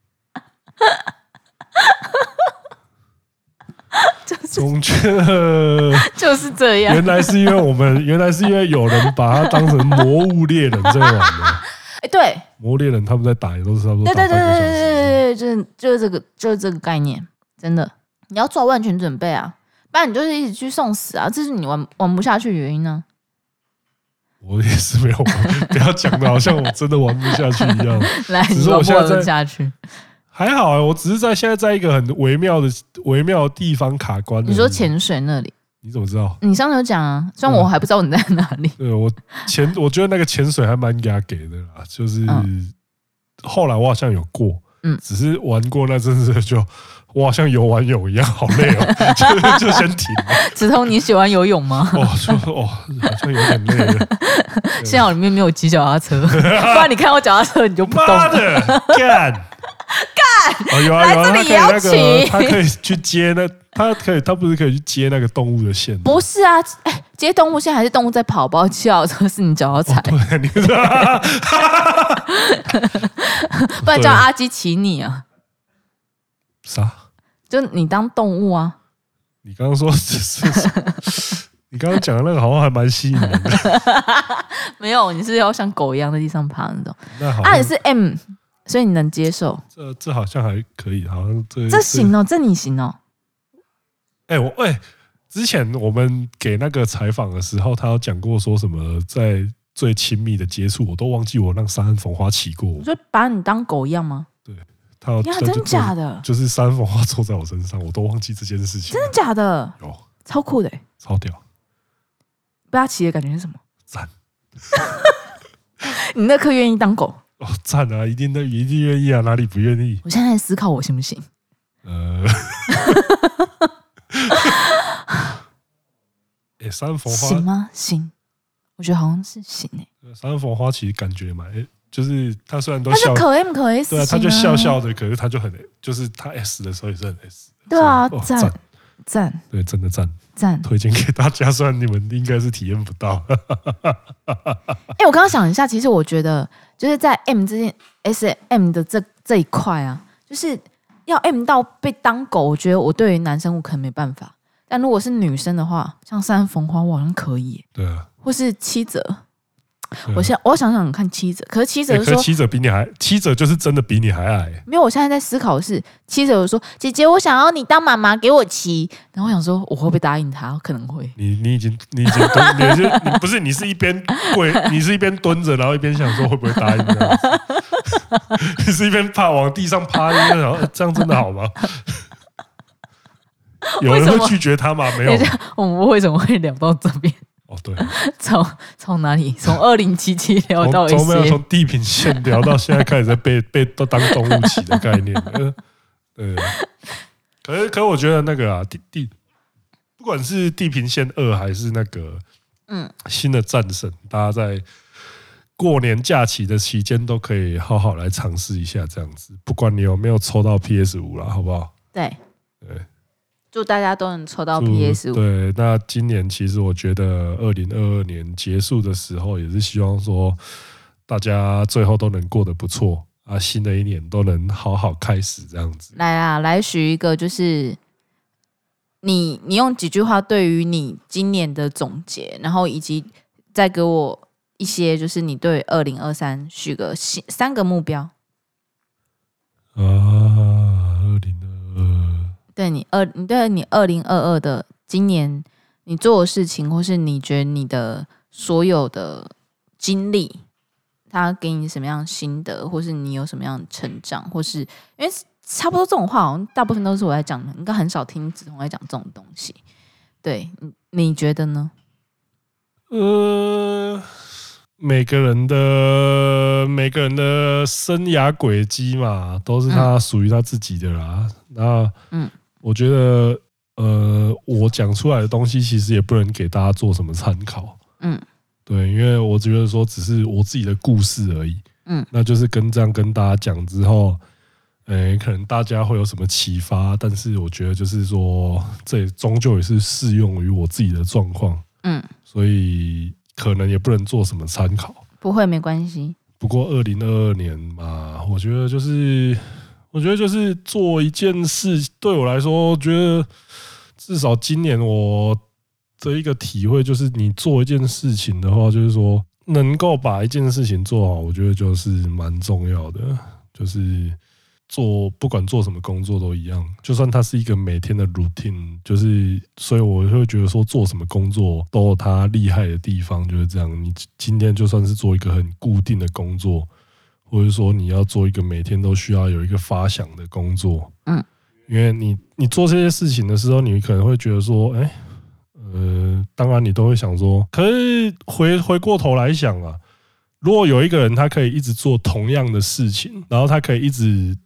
总觉得就是这样。 原来是因为有人把它当成魔物猎人在玩的。 对， 魔物猎人他们在打也都是差不多打半个小时。 对，就是这个概念，真的，你要做万全准备啊，不然你就是一直去送死啊，这是你玩不下去的原因呢、 我也是没有玩，不要讲的好像我真的玩不下去一样。 来， 只是我现在下去。 还好我只是现在在一个很微妙的地方卡关。 你说潜水那里？ 你怎么知道？ 你上次有讲啊，虽然我还不知道你在哪里。 对，我觉得那个潜水还蛮给他给的啦，就是后来我好像有过，只是玩过那阵子就我好像游完泳一样，好累哦，就先停了。 子彤，你喜欢游泳吗？ 好像有点累了。 幸好里面没有骑脚踏车，不然你看我脚踏车你就不动了。 妈的，干！有啊， 来这里也要骑。 他可以去接他不是可以去接那个动物的线？ 不是啊，接动物线还是动物在跑，不要叫，这是你脚要踩。 对，你知道， 不然叫阿基骑你啊？ 啥？ 就你当动物啊？ 你刚刚说你刚刚讲的那个好像还蛮吸引人的。 没有，你是要像狗一样在地上爬那种。 那好， 你是 M。所以你能接受？ 这好像还可以，好像这行哦，这你行哦。 之前我们给那个采访的时候，他有讲过说什么在最亲密的接触，我都忘记我让三恩冯花骑过。 我说把你当狗一样吗？ 对，他真假的？ 就是三恩冯花坐在我身上，我都忘记这件事情。 真的假的？ 有， 超酷的， 超屌。 被他骑的感觉是什么？ 赞！ 你那颗愿意当狗？ 赞啊！一定愿意啊，哪里不愿意？ 我现在在思考我行不行？三凤花行吗？行，我觉得好像是行三凤花其实感觉就是他虽然都他是可 M 可 S 型、 对啊，他就笑笑的，可是他就很，就是他 S 的时候也是很 S。 对啊， 赞，对，真的赞， 推荐给大家，虽然你们应该是体验不到。 我刚刚想一下，其实我觉得就是在 M 这件 SM 的这一块啊，就是要 M 到被当狗，我觉得我对于男生我可能没办法，但如果是女生的话，像三逢花我好像可以， 对啊，或是七折。我想想看七折，可是七折说， 七折就是真的比你还矮。 没有，我现在在思考的是七折，我说姐姐，我想要你当妈妈给我骑，然后我想说我会不会答应他？可能会。 你已经你不是你是一边你是一边蹲着，然后一边想说会不会答应这样子，你是一边怕往地上趴，一边想这样真的好吗？有人会拒绝他吗？没有。 我们为什么会聊到这边？ 哦，对， 从哪里？从2077聊到从地平线聊到现在开始在被都当动物骑的概念。对，可是我觉得那个啊，不管是地平线2还是那个新的战神，大家在过年假期的期间都可以好好来尝试一下这样子。不管你有没有抽到 PS5 啦，好不好？ 对。祝大家都能抽到 PS5。 对，那今年其实我觉得2022年结束的时候，也是希望说大家最后都能过得不错啊，新的一年都能好好开始这样子。 来许一个，就是你用几句话对于你今年的总结，然后以及再给我一些，就是你对2023许个3个目标。对你2022的今年你做的事情，或是你觉得你的所有的经历，它给你什么样的心得，或是你有什么样的成长，或是因为差不多这种话，好像大部分都是我在讲的，应该很少听子彤在讲这种东西。对，你觉得呢？ 每个人的生涯轨迹嘛，都是他属于他自己的啦。那我觉得我讲出来的东西其实也不能给大家做什么参考。对，因为我觉得说只是我自己的故事而已。那就是这样跟大家讲之后，可能大家会有什么启发，但是我觉得就是说，这也终究也是适用于我自己的状况。所以可能也不能做什么参考。 不会，没关系。 不过2022年嘛，我觉得就是做一件事，对我来说，我觉得至少今年我的一个体会就是，你做一件事情的话，就是说能够把一件事情做好，我觉得就是蛮重要的。就是不管做什么工作都一样，就算它是一个每天的 routine， 就是所以我会觉得说做什么工作都有它厉害的地方，就是这样。你今天就算是做一个很固定的工作，或者说你要做一个每天都需要有一个发想的工作，因为你做这些事情的时候，你可能会觉得说，当然你都会想说，可是回过头来想啊，如果有一个人他可以一直做同样的事情，然后他可以一直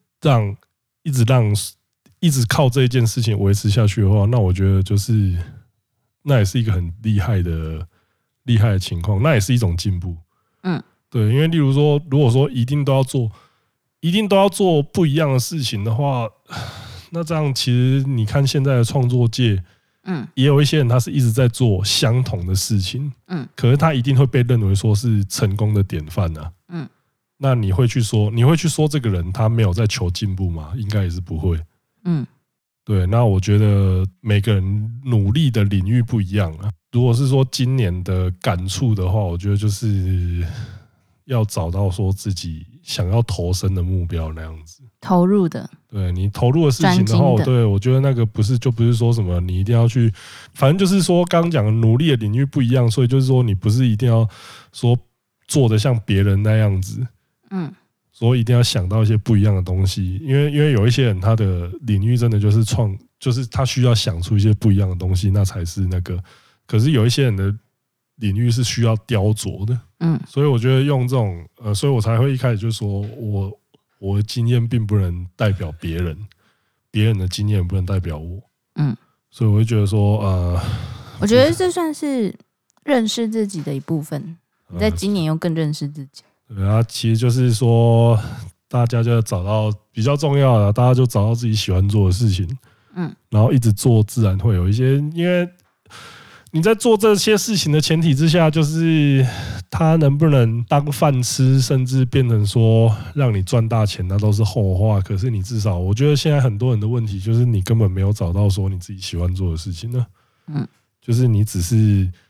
靠这一件事情维持下去的话，那我觉得就是那也是一个很厉害的情况，那也是一种进步。对，因为例如说，如果说一定都要做不一样的事情的话，那这样其实你看现在的创作界，也有一些人他是一直在做相同的事情，可是他一定会被认为说是成功的典范啊。那你会去说这个人他没有在求进步吗？应该也是不会。对，那我觉得每个人努力的领域不一样啊。如果是说今年的感触的话，我觉得就是要找到说自己想要投身的目标那样子， 投入的。对， 你投入的事情的话，对，我觉得那个不是说什么你一定要去，反正就是说刚刚讲的努力的领域不一样，所以就是说你不是一定要说做的像别人那样子，所以一定要想到一些不一样的东西，因为有一些人他的领域真的就是就是他需要想出一些不一样的东西，那才是那个。可是有一些人的领域是需要雕琢的，所以我觉得用这种所以我才会一开始就说我的经验并不能代表别人，别人的经验不能代表我，所以我会觉得说我觉得这算是认识自己的一部分。你在今年又更认识自己。 对啊，其实就是说，大家就找到比较重要的，大家就找到自己喜欢做的事情，然后一直做，自然会有一些，因为你在做这些事情的前提之下，就是它能不能当饭吃，甚至变成说让你赚大钱，那都是后话。可是你至少，我觉得现在很多人的问题就是你根本没有找到说你自己喜欢做的事情呢。就是你只是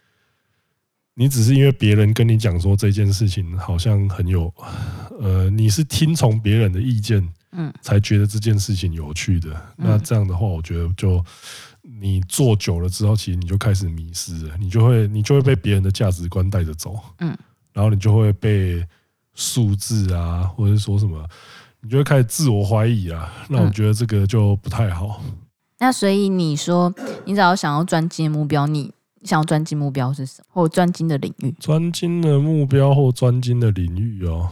因为别人跟你讲说这件事情好像很有，你是听从别人的意见，才觉得这件事情有趣的。那这样的话，我觉得就你做久了之后，其实你就开始迷失了，你就会被别人的价值观带着走，然后你就会被数字啊，或者是说什么，你就会开始自我怀疑啊。那我觉得这个就不太好。 那所以你说，你只要想要专精的目标，你想要专精目标是什么？或专精的领域？ 专精的目标或专精的领域哦，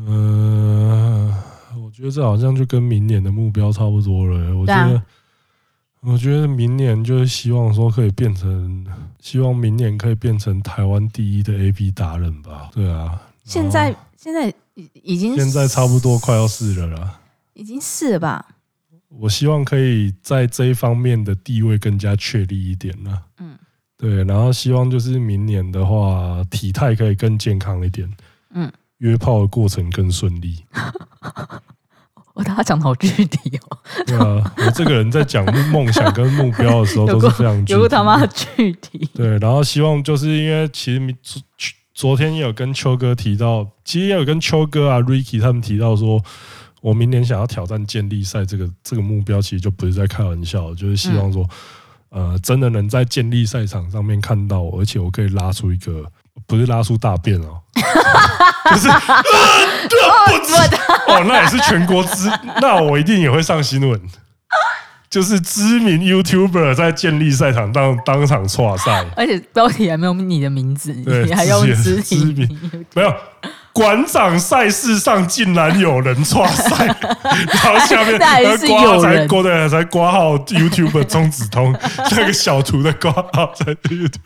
我觉得这好像就跟明年的目标差不多了。我觉得明年就是希望说希望明年可以变成台湾第一的 AP 达人吧。对啊， 现在已经现在差不多快要是了啦， 已经是了吧？ 我希望可以在这一方面的地位更加确立一点啦。对，然后希望就是明年的话，体态可以更健康一点，约炮的过程更顺利。 他讲的好具体哦。 对啊，我这个人在讲梦想跟目标的时候都是非常具体， 有他妈具体。 对，然后希望就是因为其实昨天也有跟秋哥提到，其实也有跟秋哥啊、Ricky 他们提到说，我明年想要挑战健力赛这个目标，其实就不是在开玩笑，就是希望说，真的能在健力赛场上面看到我，而且我可以拉出一个，不是拉出大便哦，就是那也是全国那我一定也会上新闻。就是知名 YouTuber 在健力赛场当场挫赛，而且标题还没有你的名字，你还用知名？ 没有，馆长赛事上竟然有人挫赛，然后下面才挂号 YouTuber 中指通那个小图的挂号在 YouTube。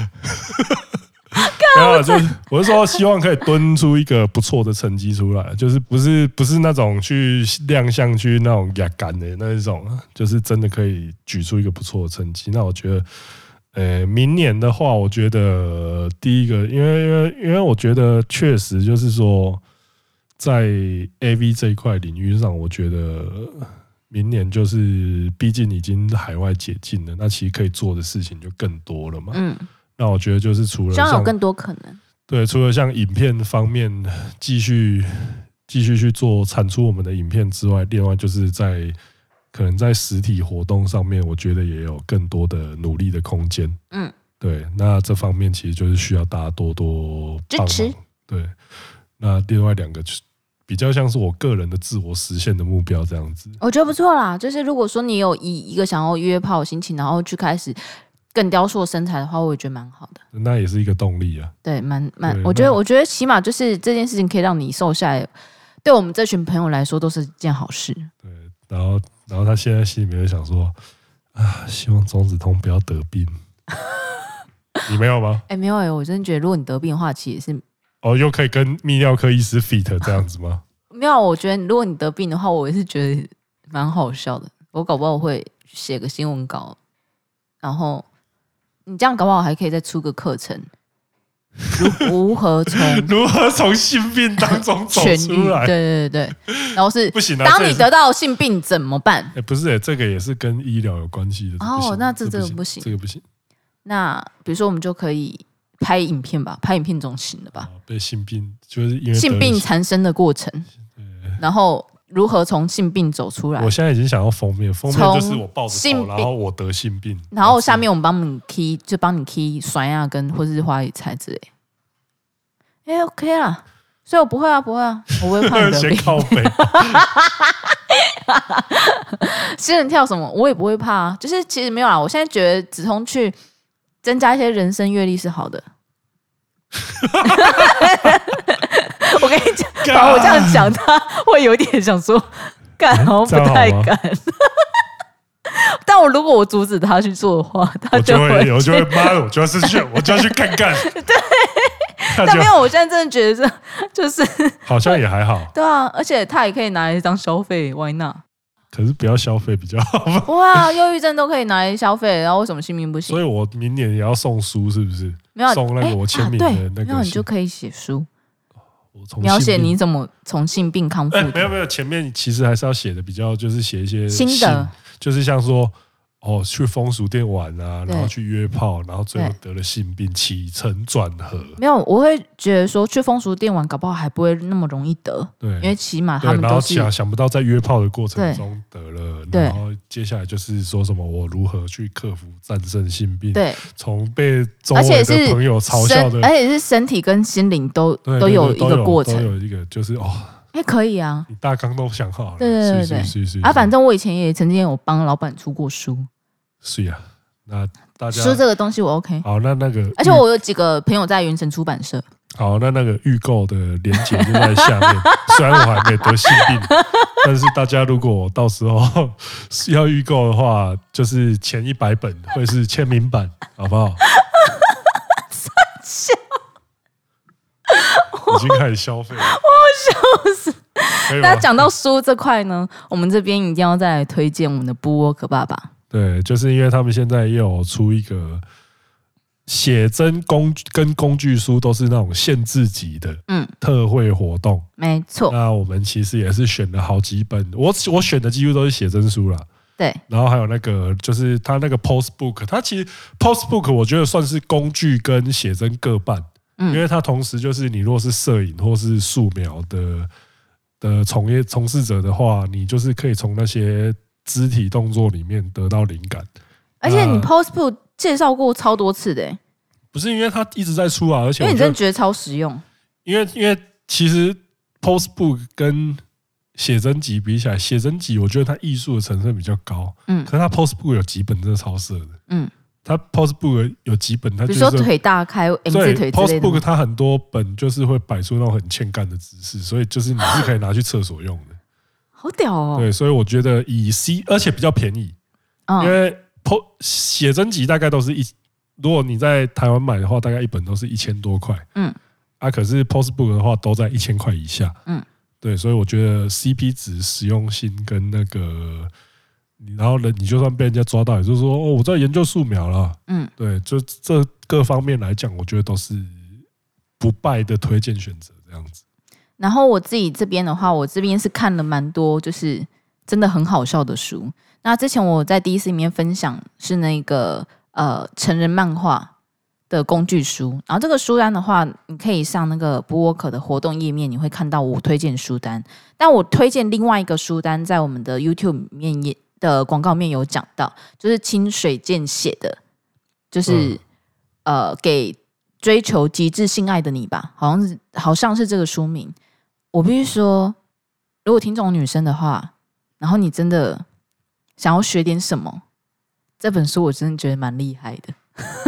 没有，就是我是说，希望可以蹲出一个不错的成绩出来，就是不是那种去亮相去那种压杆的那一种，就是真的可以举出一个不错的成绩。那我觉得，明年的话，我觉得第一个，因为我觉得确实就是说，在 AV 这一块领域上，我觉得明年就是毕竟已经海外解禁了，那其实可以做的事情就更多了嘛。那我觉得就是除了像有更多可能， 对，除了像影片方面继续去做产出我们的影片之外，另外就是可能在实体活动上面，我觉得也有更多的努力的空间。对，那这方面其实就是需要大家多多帮忙。对，那另外两个就是比较像是我个人的自我实现的目标这样子， 我觉得不错啦。就是如果说你有以一个想要约炮的心情，然后去开始更雕塑身材的话，我也觉得蛮好的。 那也是一个动力啊。 对，我觉得起码就是这件事情可以让你瘦下来，对我们这群朋友来说都是一件好事。 对，然后他现在心里面就想说希望中子通不要得病。你没有吗？ 没有我真的觉得如果你得病的话，其实是又可以跟泌尿科医师 fit 这样子吗？ 没有，我觉得如果你得病的话，我也是觉得蛮好笑的。我搞不好我会写个新闻稿，然后你这样搞不好还可以再出个课程，如何从性病当中走出来？ 对，然后是不行啊！ 当你得到性病怎么办？ 不是这个也是跟医疗有关系的。 那这个不行， 这个不行。 那比如说我们就可以拍影片吧，拍影片总行了吧？ 被性病就是因为性病缠身的过程，然后如何从性病走出来？ 我现在已经想要封面就是我抱着头，然后我得性病， 然后下面我们帮你 key 酸啊跟或是花椰菜之类。OK 啦，所以我不会啊，我不会怕你得病。 先靠北。 仙人跳什么我也不会怕啊，就是其实没有啦。我现在觉得止通去增加一些人生阅历是好的。我跟你讲，把我这样讲，他会有点想说，好像不太敢。但如果我阻止他去做的话，他就会， 我就会妈的，我就要去看看。 对， 但没有，我现在真的觉得就是好像也还好。 对啊，而且它也可以拿来当消费 ，Why not？ 可是不要消费比较好吧？ 哇，忧郁症都可以拿来消费，然后为什么性病不行？ 所以我明年也要送书，是不是？ 没有送那个我签名的那个， 没有你就可以写书， 我描写你怎么从性病康复。 没有，前面其实还是要写的比较，就是写一些心得， 就是像说。去风俗店玩啊，然后去约炮，然后最后得了性病，起承转合。 没有，我会觉得说去风俗店玩，搞不好还不会那么容易得。 对， 因为起码他们都是然后想不到在约炮的过程中得了，然后接下来就是说什么我如何去克服战胜性病。 对， 从被周围的朋友嘲笑的， 而且是身体跟心灵都有一个过程， 都有一个就是可以啊， 你大纲都想好了。 对。反正我以前也曾经有帮老板出过书。 是啊，那大家书这个东西我 OK。 好，那个， 而且我有几个朋友在原神出版社。 好，那个预购的链接就在下面。虽然我还没得性病，但是大家如果到时候要预购的话，就是前100本会是签名版，好不好？已经开始消费了， 我笑死。那讲到书这块呢，我们这边一定要再来推荐我们的Bookwork爸爸。 对，就是因为他们现在也有出一个写真跟工具书都是那种限制级的特惠活动。 没错。 那我们其实也是选了好几本，我选的几乎都是写真书啦。 对。 然后还有那个就是他那个 Postbook， 它其实 Postbook 我觉得算是工具跟写真各半。因为它同时就是你如果是摄影或是素描的从事者的话，你就是可以从那些肢体动作里面得到灵感。 而且你 Postbook 介绍过超多次的。 不是因为它一直在出啊，而且因为你真的觉得超实用。因为其实 Postbook 跟写真集比起来，写真集我觉得它艺术的成分比较高，可是它 Postbook 有几本真的超色的，它 Postbook 有几本，它就是比如说腿大开 M 字腿之类的。 Postbook 它很多本就是会摆出那种很欠干的姿势，所以就是你是可以拿去厕所用的。 好屌哦！ 对，所以我觉得而且比较便宜，因为写真集大概都是如果你在台湾买的话，大概一本都是1000多块，可是 Postbook 的话都在1000块以下，对，所以我觉得 CP 值、实用性跟那个。然后你就算被人家抓到，也就是说我在研究素描了，对，就这各方面来讲，我觉得都是不败的推荐选择这样子。 然后我自己这边的话，我这边是看了蛮多，就是真的很好笑的书。那之前我在第一次里面分享是那个成人漫画的工具书，然后这个书单的话，你可以上那个Bookwork的活动页面，你会看到我推荐书单。但我推荐另外一个书单，在我们的 YouTube 里面的广告面有讲到，就是清水健写的，就是给追求极致性爱的你吧，好像是这个书名。我必须说，如果听众女生的话，然后你真的想要学点什么，这本书我真的觉得蛮厉害的。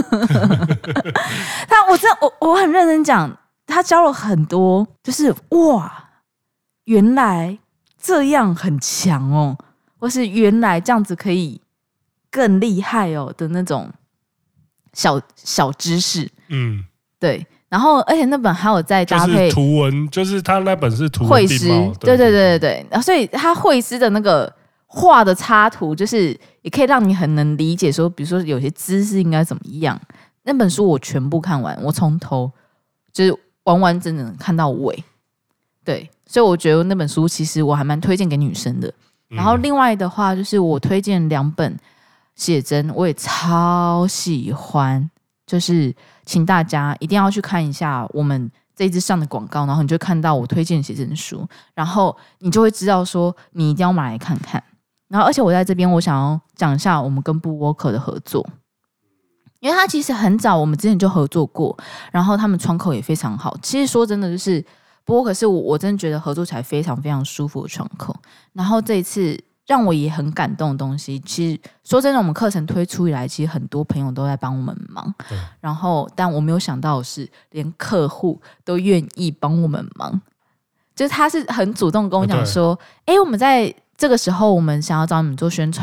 我很认真讲，他教了很多，就是哇，原来这样很强哦。或是原来这样子可以更厉害哦的那种小知识，对。然后而且那本还有在搭配就是图文，就是他那本是图文绘师， 对。 然后所以他绘师的那个画的插图，就是也可以让你很能理解说，比如说有些姿势应该怎么样。那本书我全部看完，我从头就是完完整整看到尾，对。所以我觉得那本书其实我还蛮推荐给女生的。然后另外的话，就是我推荐2本写真，我也超喜欢，就是请大家一定要去看一下我们这一支上的广告，然后你就看到我推荐写真书，然后你就会知道说你一定要买来看看。然后而且我在这边我想要讲一下我们跟Bookwork的合作，因为他其实很早我们之前就合作过，然后他们窗口也非常好。其实说真的，就是Bookwork是我真的觉得合作起来非常非常舒服的窗口。然后这一次让我也很感动的东西，其实说真的，我们课程推出以来，其实很多朋友都在帮我们忙，然后但我没有想到的是，连客户都愿意帮我们忙，就是他是很主动跟我讲说，我们在这个时候我们想要找你们做宣传，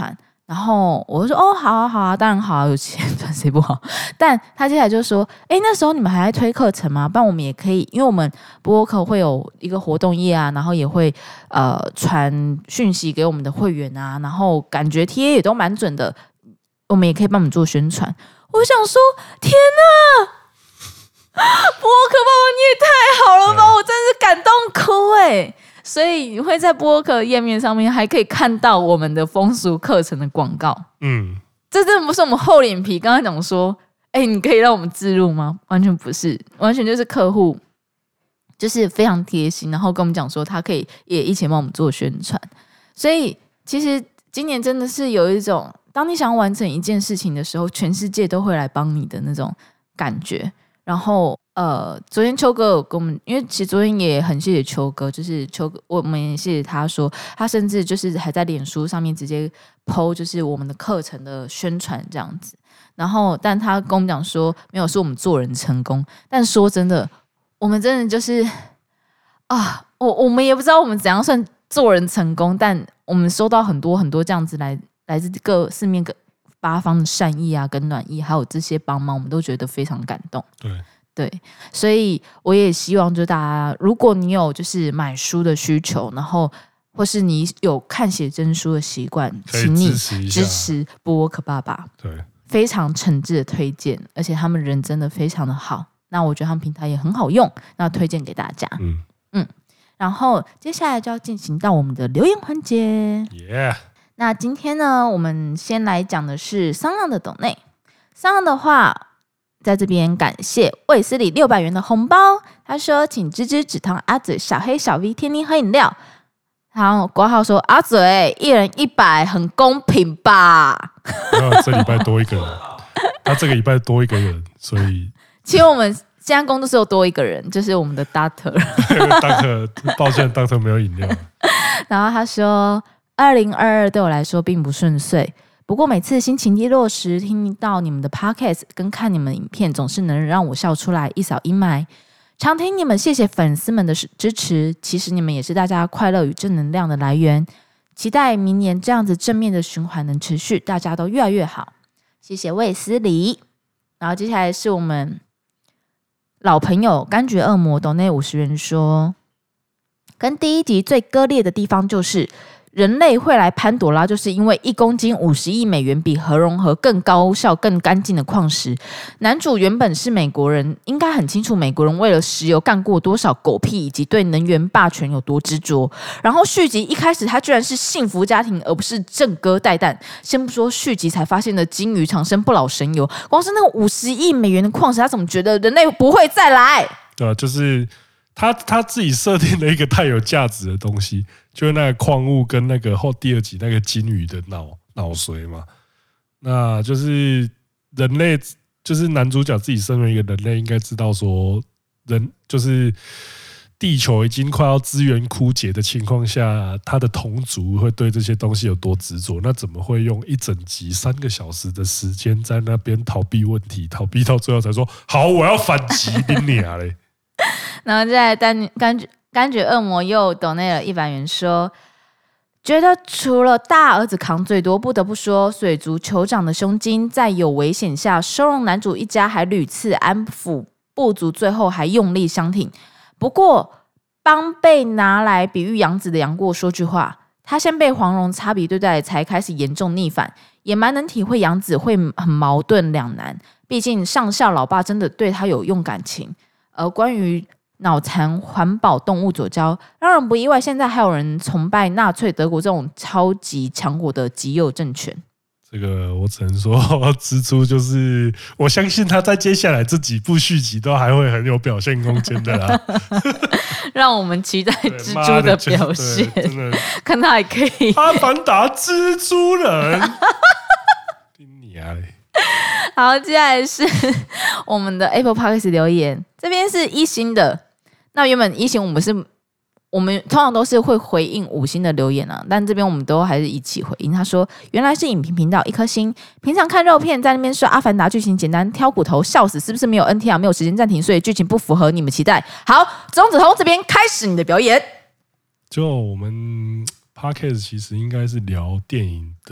然后我就说哦，好啊好啊，当然好啊，有钱赚谁不好？但他接下来就说，那时候你们还在推课程吗？不然我们也可以，因为我们播客会有一个活动页啊，然后也会传讯息给我们的会员啊，然后感觉贴也都蛮准的，我们也可以帮你们做宣传。我想说，天哪！播客爸爸你也太好了吧，我真是感动哭所以你会在播客页面上面还可以看到我们的风俗课程的广告。这真的不是我们厚脸皮刚刚讲说你可以让我们置入吗？完全不是，完全就是客户就是非常贴心，然后跟我们讲说他可以也一起帮我们做宣传。所以其实今年真的是有一种当你想要完成一件事情的时候，全世界都会来帮你的那种感觉。然后昨天秋哥有跟我们，因为其实昨天也很谢谢秋哥，就是秋哥我们也谢谢他说，他甚至就是还在脸书上面直接 po 就是我们的课程的宣传这样子。然后但他跟我们讲说，没有，是我们做人成功。但说真的，我们真的就是我们也不知道我们怎样算做人成功，但我们收到很多很多这样子来自各四面八方的善意啊，跟暖意，还有这些帮忙，我们都觉得非常感动。对，所以我也希望就大家，如果你有就是买书的需求，然后或是你有看写真书的习惯，请你支持播客爸爸。 对， 非常诚挚的推荐，而且他们人真的非常的好。那我觉得他们平台也很好用，那推荐给大家。然后接下来就要进行到我们的留言环节。那今天呢，我们先来讲的是商浪的抖内。商浪的话，在这边感谢卫斯理600元的红包。他说：“请芝芝、止汤、阿嘴、小黑、小 V 天天喝饮料。”然后括号说：“阿嘴一人100，很公平吧？” 这礼拜多一个人，他这个礼拜多一个人，所以其实我们现在工作室又多一个人，就是我们的 Doctor。 抱歉 ，Doctor 没有饮料。 然后他说：“2022对我来说并不顺遂，不过每次心情低落时，听到你们的 Podcast 跟看你们的影片，总是能让我笑出来，一扫阴霾。常听你们，谢谢粉丝们的支持。其实你们也是大家快乐与正能量的来源。期待明年这样子正面的循环能持续，大家都越来越好。谢谢卫斯理。”然后接下来是我们老朋友柑橘恶魔抖内50元说，跟第一集最割裂的地方就是人类会来潘朵拉，就是因为1公斤50亿美元比核融合更高效更干净的矿石。男主原本是美国人，应该很清楚美国人为了石油干过多少狗屁，以及对能源霸权有多执着。然后续集一开始他居然是幸福家庭，而不是正哥带蛋。先不说续集才发现的金鱼长生不老神油，光是那个50亿美元的矿石，他怎么觉得人类不会再来？ 对啊，就是他自己设定了一个太有价值的东西，就是那个矿物跟那个后第2集那个金鱼的脑髓嘛。那就是人类，就是男主角自己身为一个人类，应该知道说，就是地球已经快要资源枯竭的情况下，他的同族会对这些东西有多执着？那怎么会用一整集3个小时的时间在那边逃避问题，逃避到最后才说好，我要反击你俩嘞？ 然后再来柑橘恶魔又抖内了100元说，觉得除了大儿子扛最多，不得不说水族酋长的胸襟在有危险下收容男主一家，还屡次安抚部族，最后还用力相挺。不过帮被拿来比喻杨子的杨过说句话，他先被黄蓉差别对待，才开始严重逆反，也蛮能体会杨子会很矛盾两难，毕竟上校老爸真的对他有用感情。而关于脑残环保动物左交，让人不意外，现在还有人崇拜纳粹德国这种超级强国的极右政权。 这个我只能说，蜘蛛就是我相信他在接下来这几部续集都还会很有表现空间的啦。 让我们期待蜘蛛的表现， 真的看他还可以。 阿凡达蜘蛛人，你啊嘞！ 好，接下来是我们的 Apple Podcast 留言，这边是1星的。那原本1星我们通常都是会回应5星的留言啊，但这边我们都还是一起回应。他说原来是影评频道1颗星，平常看肉片在那边说阿凡达剧情简单挑骨头，笑死，是不是没有 NTR 没有时间暂停，所以剧情不符合你们期待？好，钟子彤这边开始你的表演。 就我们 Podcast 其实应该是聊电影的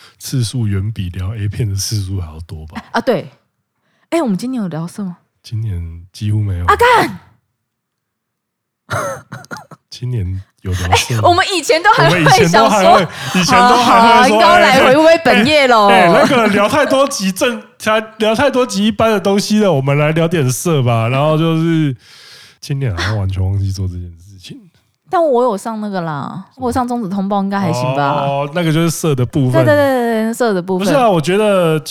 次数远比聊 A 片的次数还要多吧？ 啊，对，我们今年有聊色吗？ 今年几乎没有。 啊干！ 今年有聊色、 我们以前都还会想说， 以前都还会说， 高来回归本业喽。 那个聊太多集聊太多集一般的东西了，我们来聊点色吧。然后就是今年好像完全忘记做这件事情。 但我有上那个啦，我有上中子通报，应该还行吧？ 哦，那个就是色的部分。 对，色的部分。 不是啊，我觉得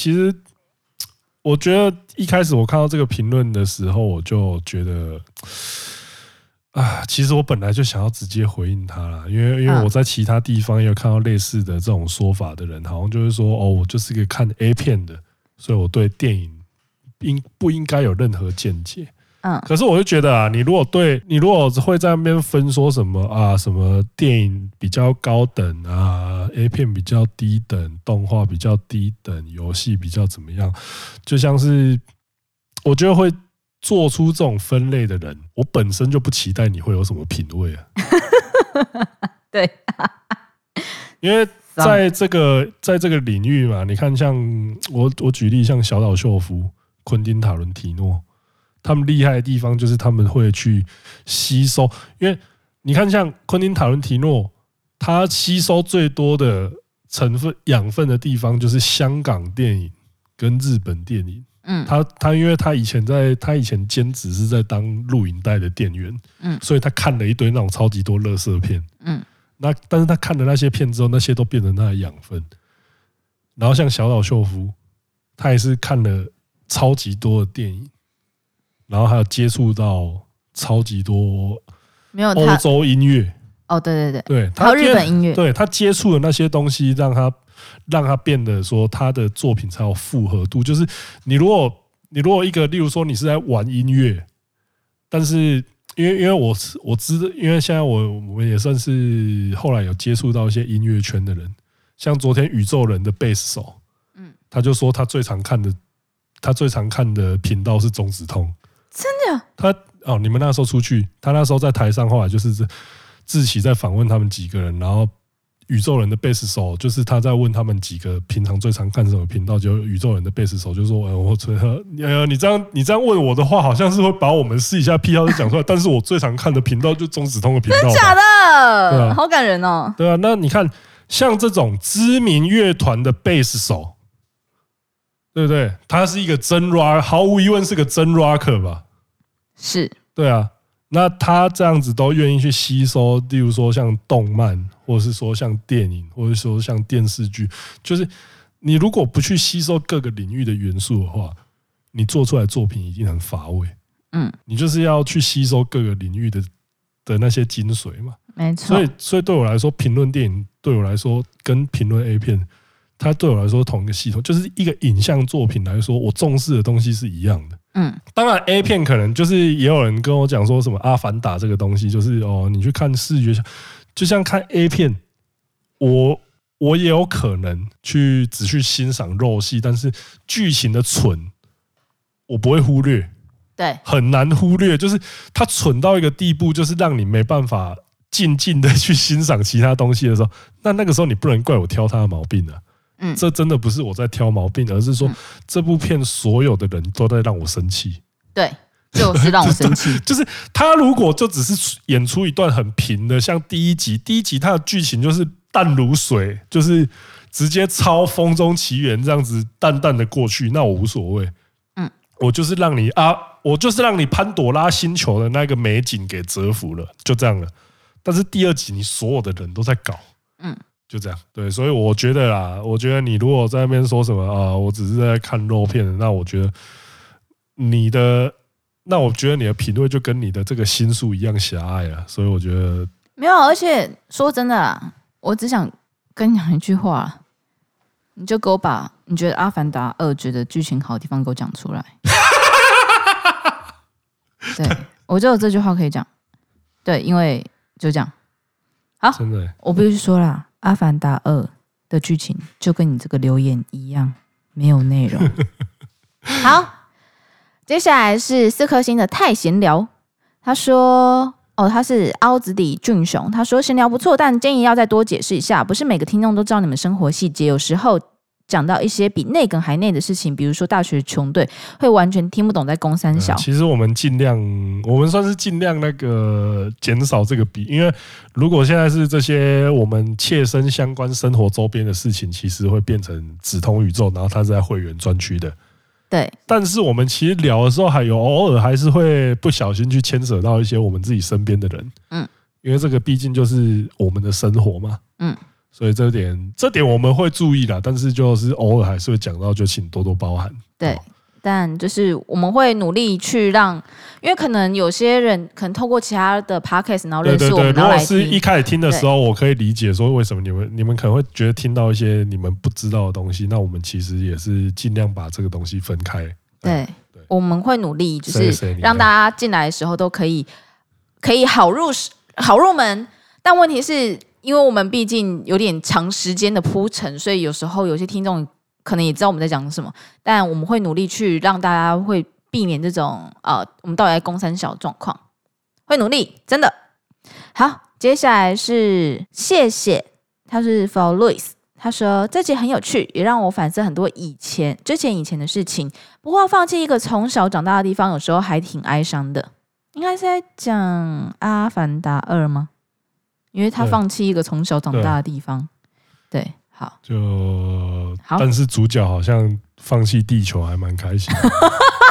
一开始我看到这个评论的时候，我就觉得啊，其实我本来就想要直接回应他啦，因为我在其他地方也有看到类似的这种说法的人，好像就是说哦，我就是个看 A 片的，所以我对电影不应该有任何见解。可是我就觉得啊，你如果会在那边分说什么啊，什么电影比较高等啊 ，A 片比较低等，动画比较低等，游戏比较怎么样，就像是我觉得会做出这种分类的人，我本身就不期待你会有什么品味啊。 对， 因为在这个领域嘛，你看像我举例，像小岛秀夫、昆汀塔伦提诺。他们厉害的地方就是他们会去吸收，因为你看像昆汀塔伦提诺，他吸收最多的成分养分的地方就是香港电影跟日本电影。他因为他以前兼职是在当录影带的店员，所以他看了一堆那种超级多垃圾片。但是他看了那些片之后，那些都变成他的养分。然后像小岛秀夫，他也是看了超级多的电影。然后还有接触到超级多欧洲音乐哦，对， 还有日本音乐， 对他接触的那些东西，让他变得说他的作品才有复合度。就是你如果一个，例如说你是在玩音乐，但是因为我知道，因为现在我们也算是后来有接触到一些音乐圈的人，像昨天宇宙人的贝斯手，他就说他最常看的频道是中子通。 真的？ 你们那时候出去，他那时候在台上，后来就是志祺在访问他们几个人，然后宇宙人的贝斯手就是他在问他们几个平常最常看什么频道，就宇宙人的贝斯手就说：“你这样问我的话，好像是会把我们试一下癖好就讲出来，但是我最常看的频道就中子通的频道。” 真的假的？对啊，好感人哦。 对啊，那你看像这种知名乐团的贝斯手。对不对？他是一个真 rock， 毫无疑问是个真 rocker 吧？ 是， 对啊。那他这样子都愿意去吸收，例如说像动漫，或者是说像电影，或者说像电视剧，就是你如果不去吸收各个领域的元素的话，你做出来的作品已经很乏味。你就是要去吸收各个领域的那些精髓嘛。 没错。 所以对我来说，评论电影对我来说跟评论 A 片。它对我来说同一个系统，就是一个影像作品来说，我重视的东西是一样的。当然 A 片可能就是也有人跟我讲说什么《阿凡达》这个东西，就是你去看视觉，就像看 A 片，我也有可能只去欣赏肉戏，但是剧情的蠢，我不会忽略， 对， 很难忽略，就是它蠢到一个地步，就是让你没办法静静的去欣赏其他东西的时候，那个时候你不能怪我挑他的毛病啊。这真的不是我在挑毛病，而是说这部片所有的人都在让我生气。 对，就是让我生气。 就是他如果就只是演出一段很平的，像第一集它的剧情就是淡如水，就是直接抄《风中奇缘》这样子淡淡的过去，那我无所谓。我就是让你潘朵拉星球的那个美景给折服了，就这样了。但是第二集你所有的人都在搞。就这样，对，所以我觉得你如果在那边说什么啊，我只是在看肉片的，那我觉得你的品味就跟你的这个心术一样狭隘啊，所以我觉得没有，而且说真的啦，我只想跟你讲一句话，你就给我把你觉得《阿凡达2》觉得剧情好的地方给我讲出来。对，我就有这句话可以讲，对，因为就这样。好， 真的， 我必须说啦。《阿凡达2》的剧情就跟你这个留言一样，没有内容。好，接下来是4颗星的太闲聊，他说：“ 哦，他是凹子底俊雄，他说闲聊不错，但建议要再多解释一下，不是每个听众都知道你们生活细节，有时候讲到一些比内梗还内的事情，比如说大学穷队，会完全听不懂在攻三小。 其实我们算是尽量那个减少这个比，因为如果现在是这些我们切身相关生活周边的事情，其实会变成直通宇宙，然后它是在会员专区的。 对， 但是我们其实聊的时候，偶尔还是会不小心去牵扯到一些我们自己身边的人，因为这个毕竟就是我们的生活嘛，所以这点我们会注意啦，但是就是偶尔还是会讲到，就请多多包涵。 对，但就是我们会努力去让，因为可能有些人可能透过其他的 podcast 然后认识我们， 对，如果是一开始听的时候，我可以理解说为什么你们可能会觉得听到一些你们不知道的东西，那我们其实也是尽量把这个东西分开。 对，我们会努力，就是让大家进来的时候都可以好入门，但问题是。因为我们毕竟有点长时间的铺陈，所以有时候有些听众可能也知道我们在讲什么，但我们会努力去让大家会避免这种我们到底在攻三小状况，会努力，真的。好，接下来是谢谢，他是 For Louis， 他说这集很有趣，也让我反思很多以前的事情。不过放弃一个从小长大的地方，有时候还挺哀伤的。应该是在讲《阿凡达2》吗？因为他放弃一个从小长大的地方，对，好， 但是主角好像放弃地球还蛮开心的。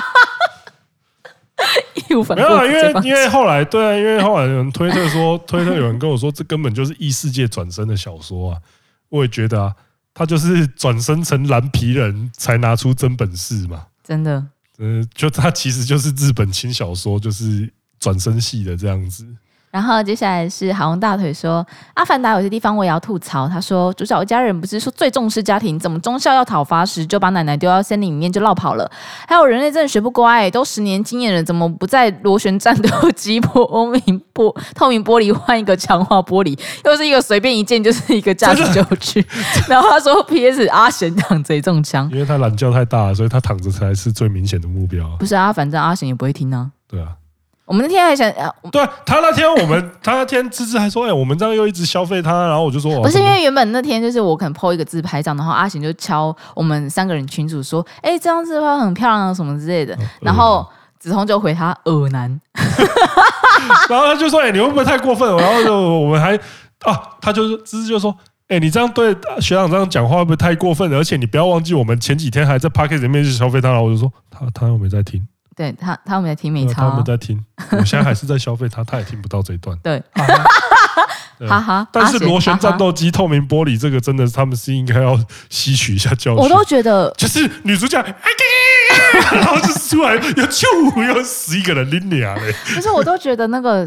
没有啊，因为后来有人推特有人跟我说，这根本就是异世界转生的小说啊。我也觉得啊，他就是转生成蓝皮人才拿出真本事嘛， 真的， 就他其实就是日本轻小说，就是转生系的这样子。 然后接下来是好红大腿说，阿凡达有些地方我也要吐槽。他说主角一家人不是说最重视家庭，怎么忠孝要讨伐时就把奶奶丢到森林里面就落跑了？还有人类真的学不乖，都10年经验了，怎么不在螺旋战斗机透明玻璃换一个强化玻璃？又是一个随便一件就是一个驾驶就去。然后他说 PS 阿贤躺贼中枪， 因为他懒觉太大了，所以他躺着才是最明显的目标。 不是啊，反正阿贤也不会听啊。 对啊。 我们那天还想， 对他那天芝芝还说，我们这样又一直消费他，然后我就说， 不是因为原本那天就是我可能 po 一个自拍照，然后阿贤就敲我们3个人群组说，这张自拍很漂亮什么之类的，然后子通就回他耳男， 然后他就说，你会不会太过分了？然后我们还他就芝芝就说，你这样对学长这样讲话会不会太过分了？而且你不要忘记，我们前几天还在 Podcast 里面去消费他，然后我就说他又没在听。 对他们在听没差， 他们在听，我现在还是在消费他也听不到这一段。 对，哈哈。 但是螺旋战斗机透明玻璃这个真的，他们是应该要吸取一下教训。 我都觉得， 就是女主角，然后就出来又死一个人，拎俩嘞。 可是我都觉得那个，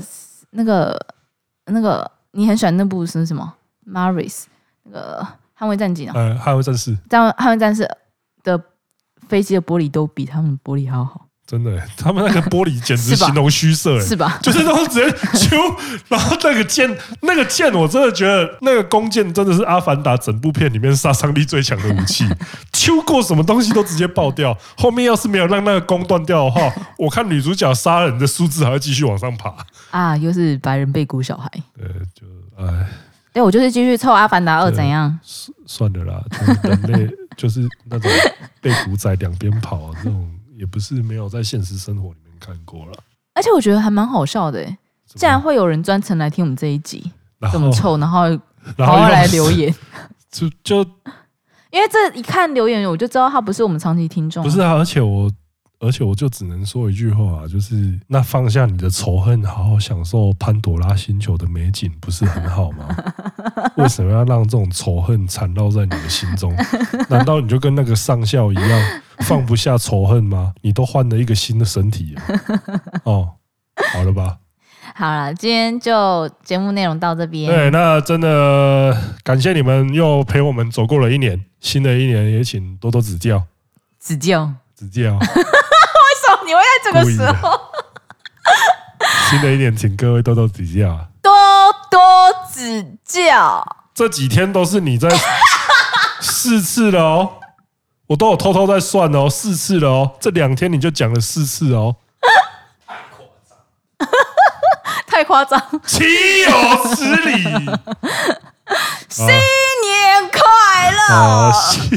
你很喜欢那部是什么 ？Maris 那个捍卫战警啊， 捍卫战士， 捍卫战士的飞机的玻璃都比他们的玻璃还要好。 真的，他们那个玻璃简直形容虚设， 是吧？ 就是都直接揪，然后那个剑，我真的觉得那个弓箭真的是阿凡达整部片里面杀伤力最强的武器，揪过什么东西都直接爆掉。后面要是没有让那个弓断掉的话，我看女主角杀人的数字还会继续往上爬啊！又是白人被骨小孩， 就对，我就是继续凑阿凡达2怎样？ 算了啦，人类就是那种被骨仔两边跑这种。也不是没有在现实生活里面看过了， 而且我觉得还蛮好笑的竟然会有人专程来听我们这一集这么臭，然后来留言， 就因为这一看留言我就知道他不是我们长期听众， 不是啊，而且我就只能说一句话就是那放下你的仇恨，好好享受潘朵拉星球的美景，不是很好吗？为什么要让这种仇恨缠绕在你的心中？难道你就跟那个上校一样放不下仇恨吗？你都换了一个新的身体了好了吧？ 好了，今天就节目内容到这边。 对，那真的感谢你们又陪我们走过了1年，新的1年也请多多指教。 指教。 为什么你会在这个时候？ 新的1年，请各位多多指教， 多多指教。 这几天都是你在4次了哦，我都有偷偷在算哦，4次了哦，这2天你就讲了4次哦， 太夸张。 岂有此理！ 新年快乐！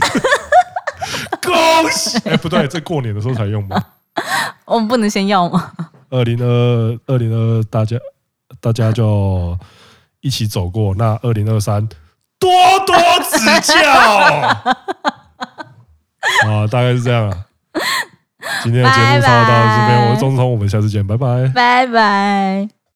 恭喜！不对，这过年的时候才用吧？ 我们不能先要吗 ？2022，大家就一起走过。那2023，多多指教。大概是这样啊。今天的节目差不多到这边，我是钟聪，我们下次见，拜拜， 拜拜。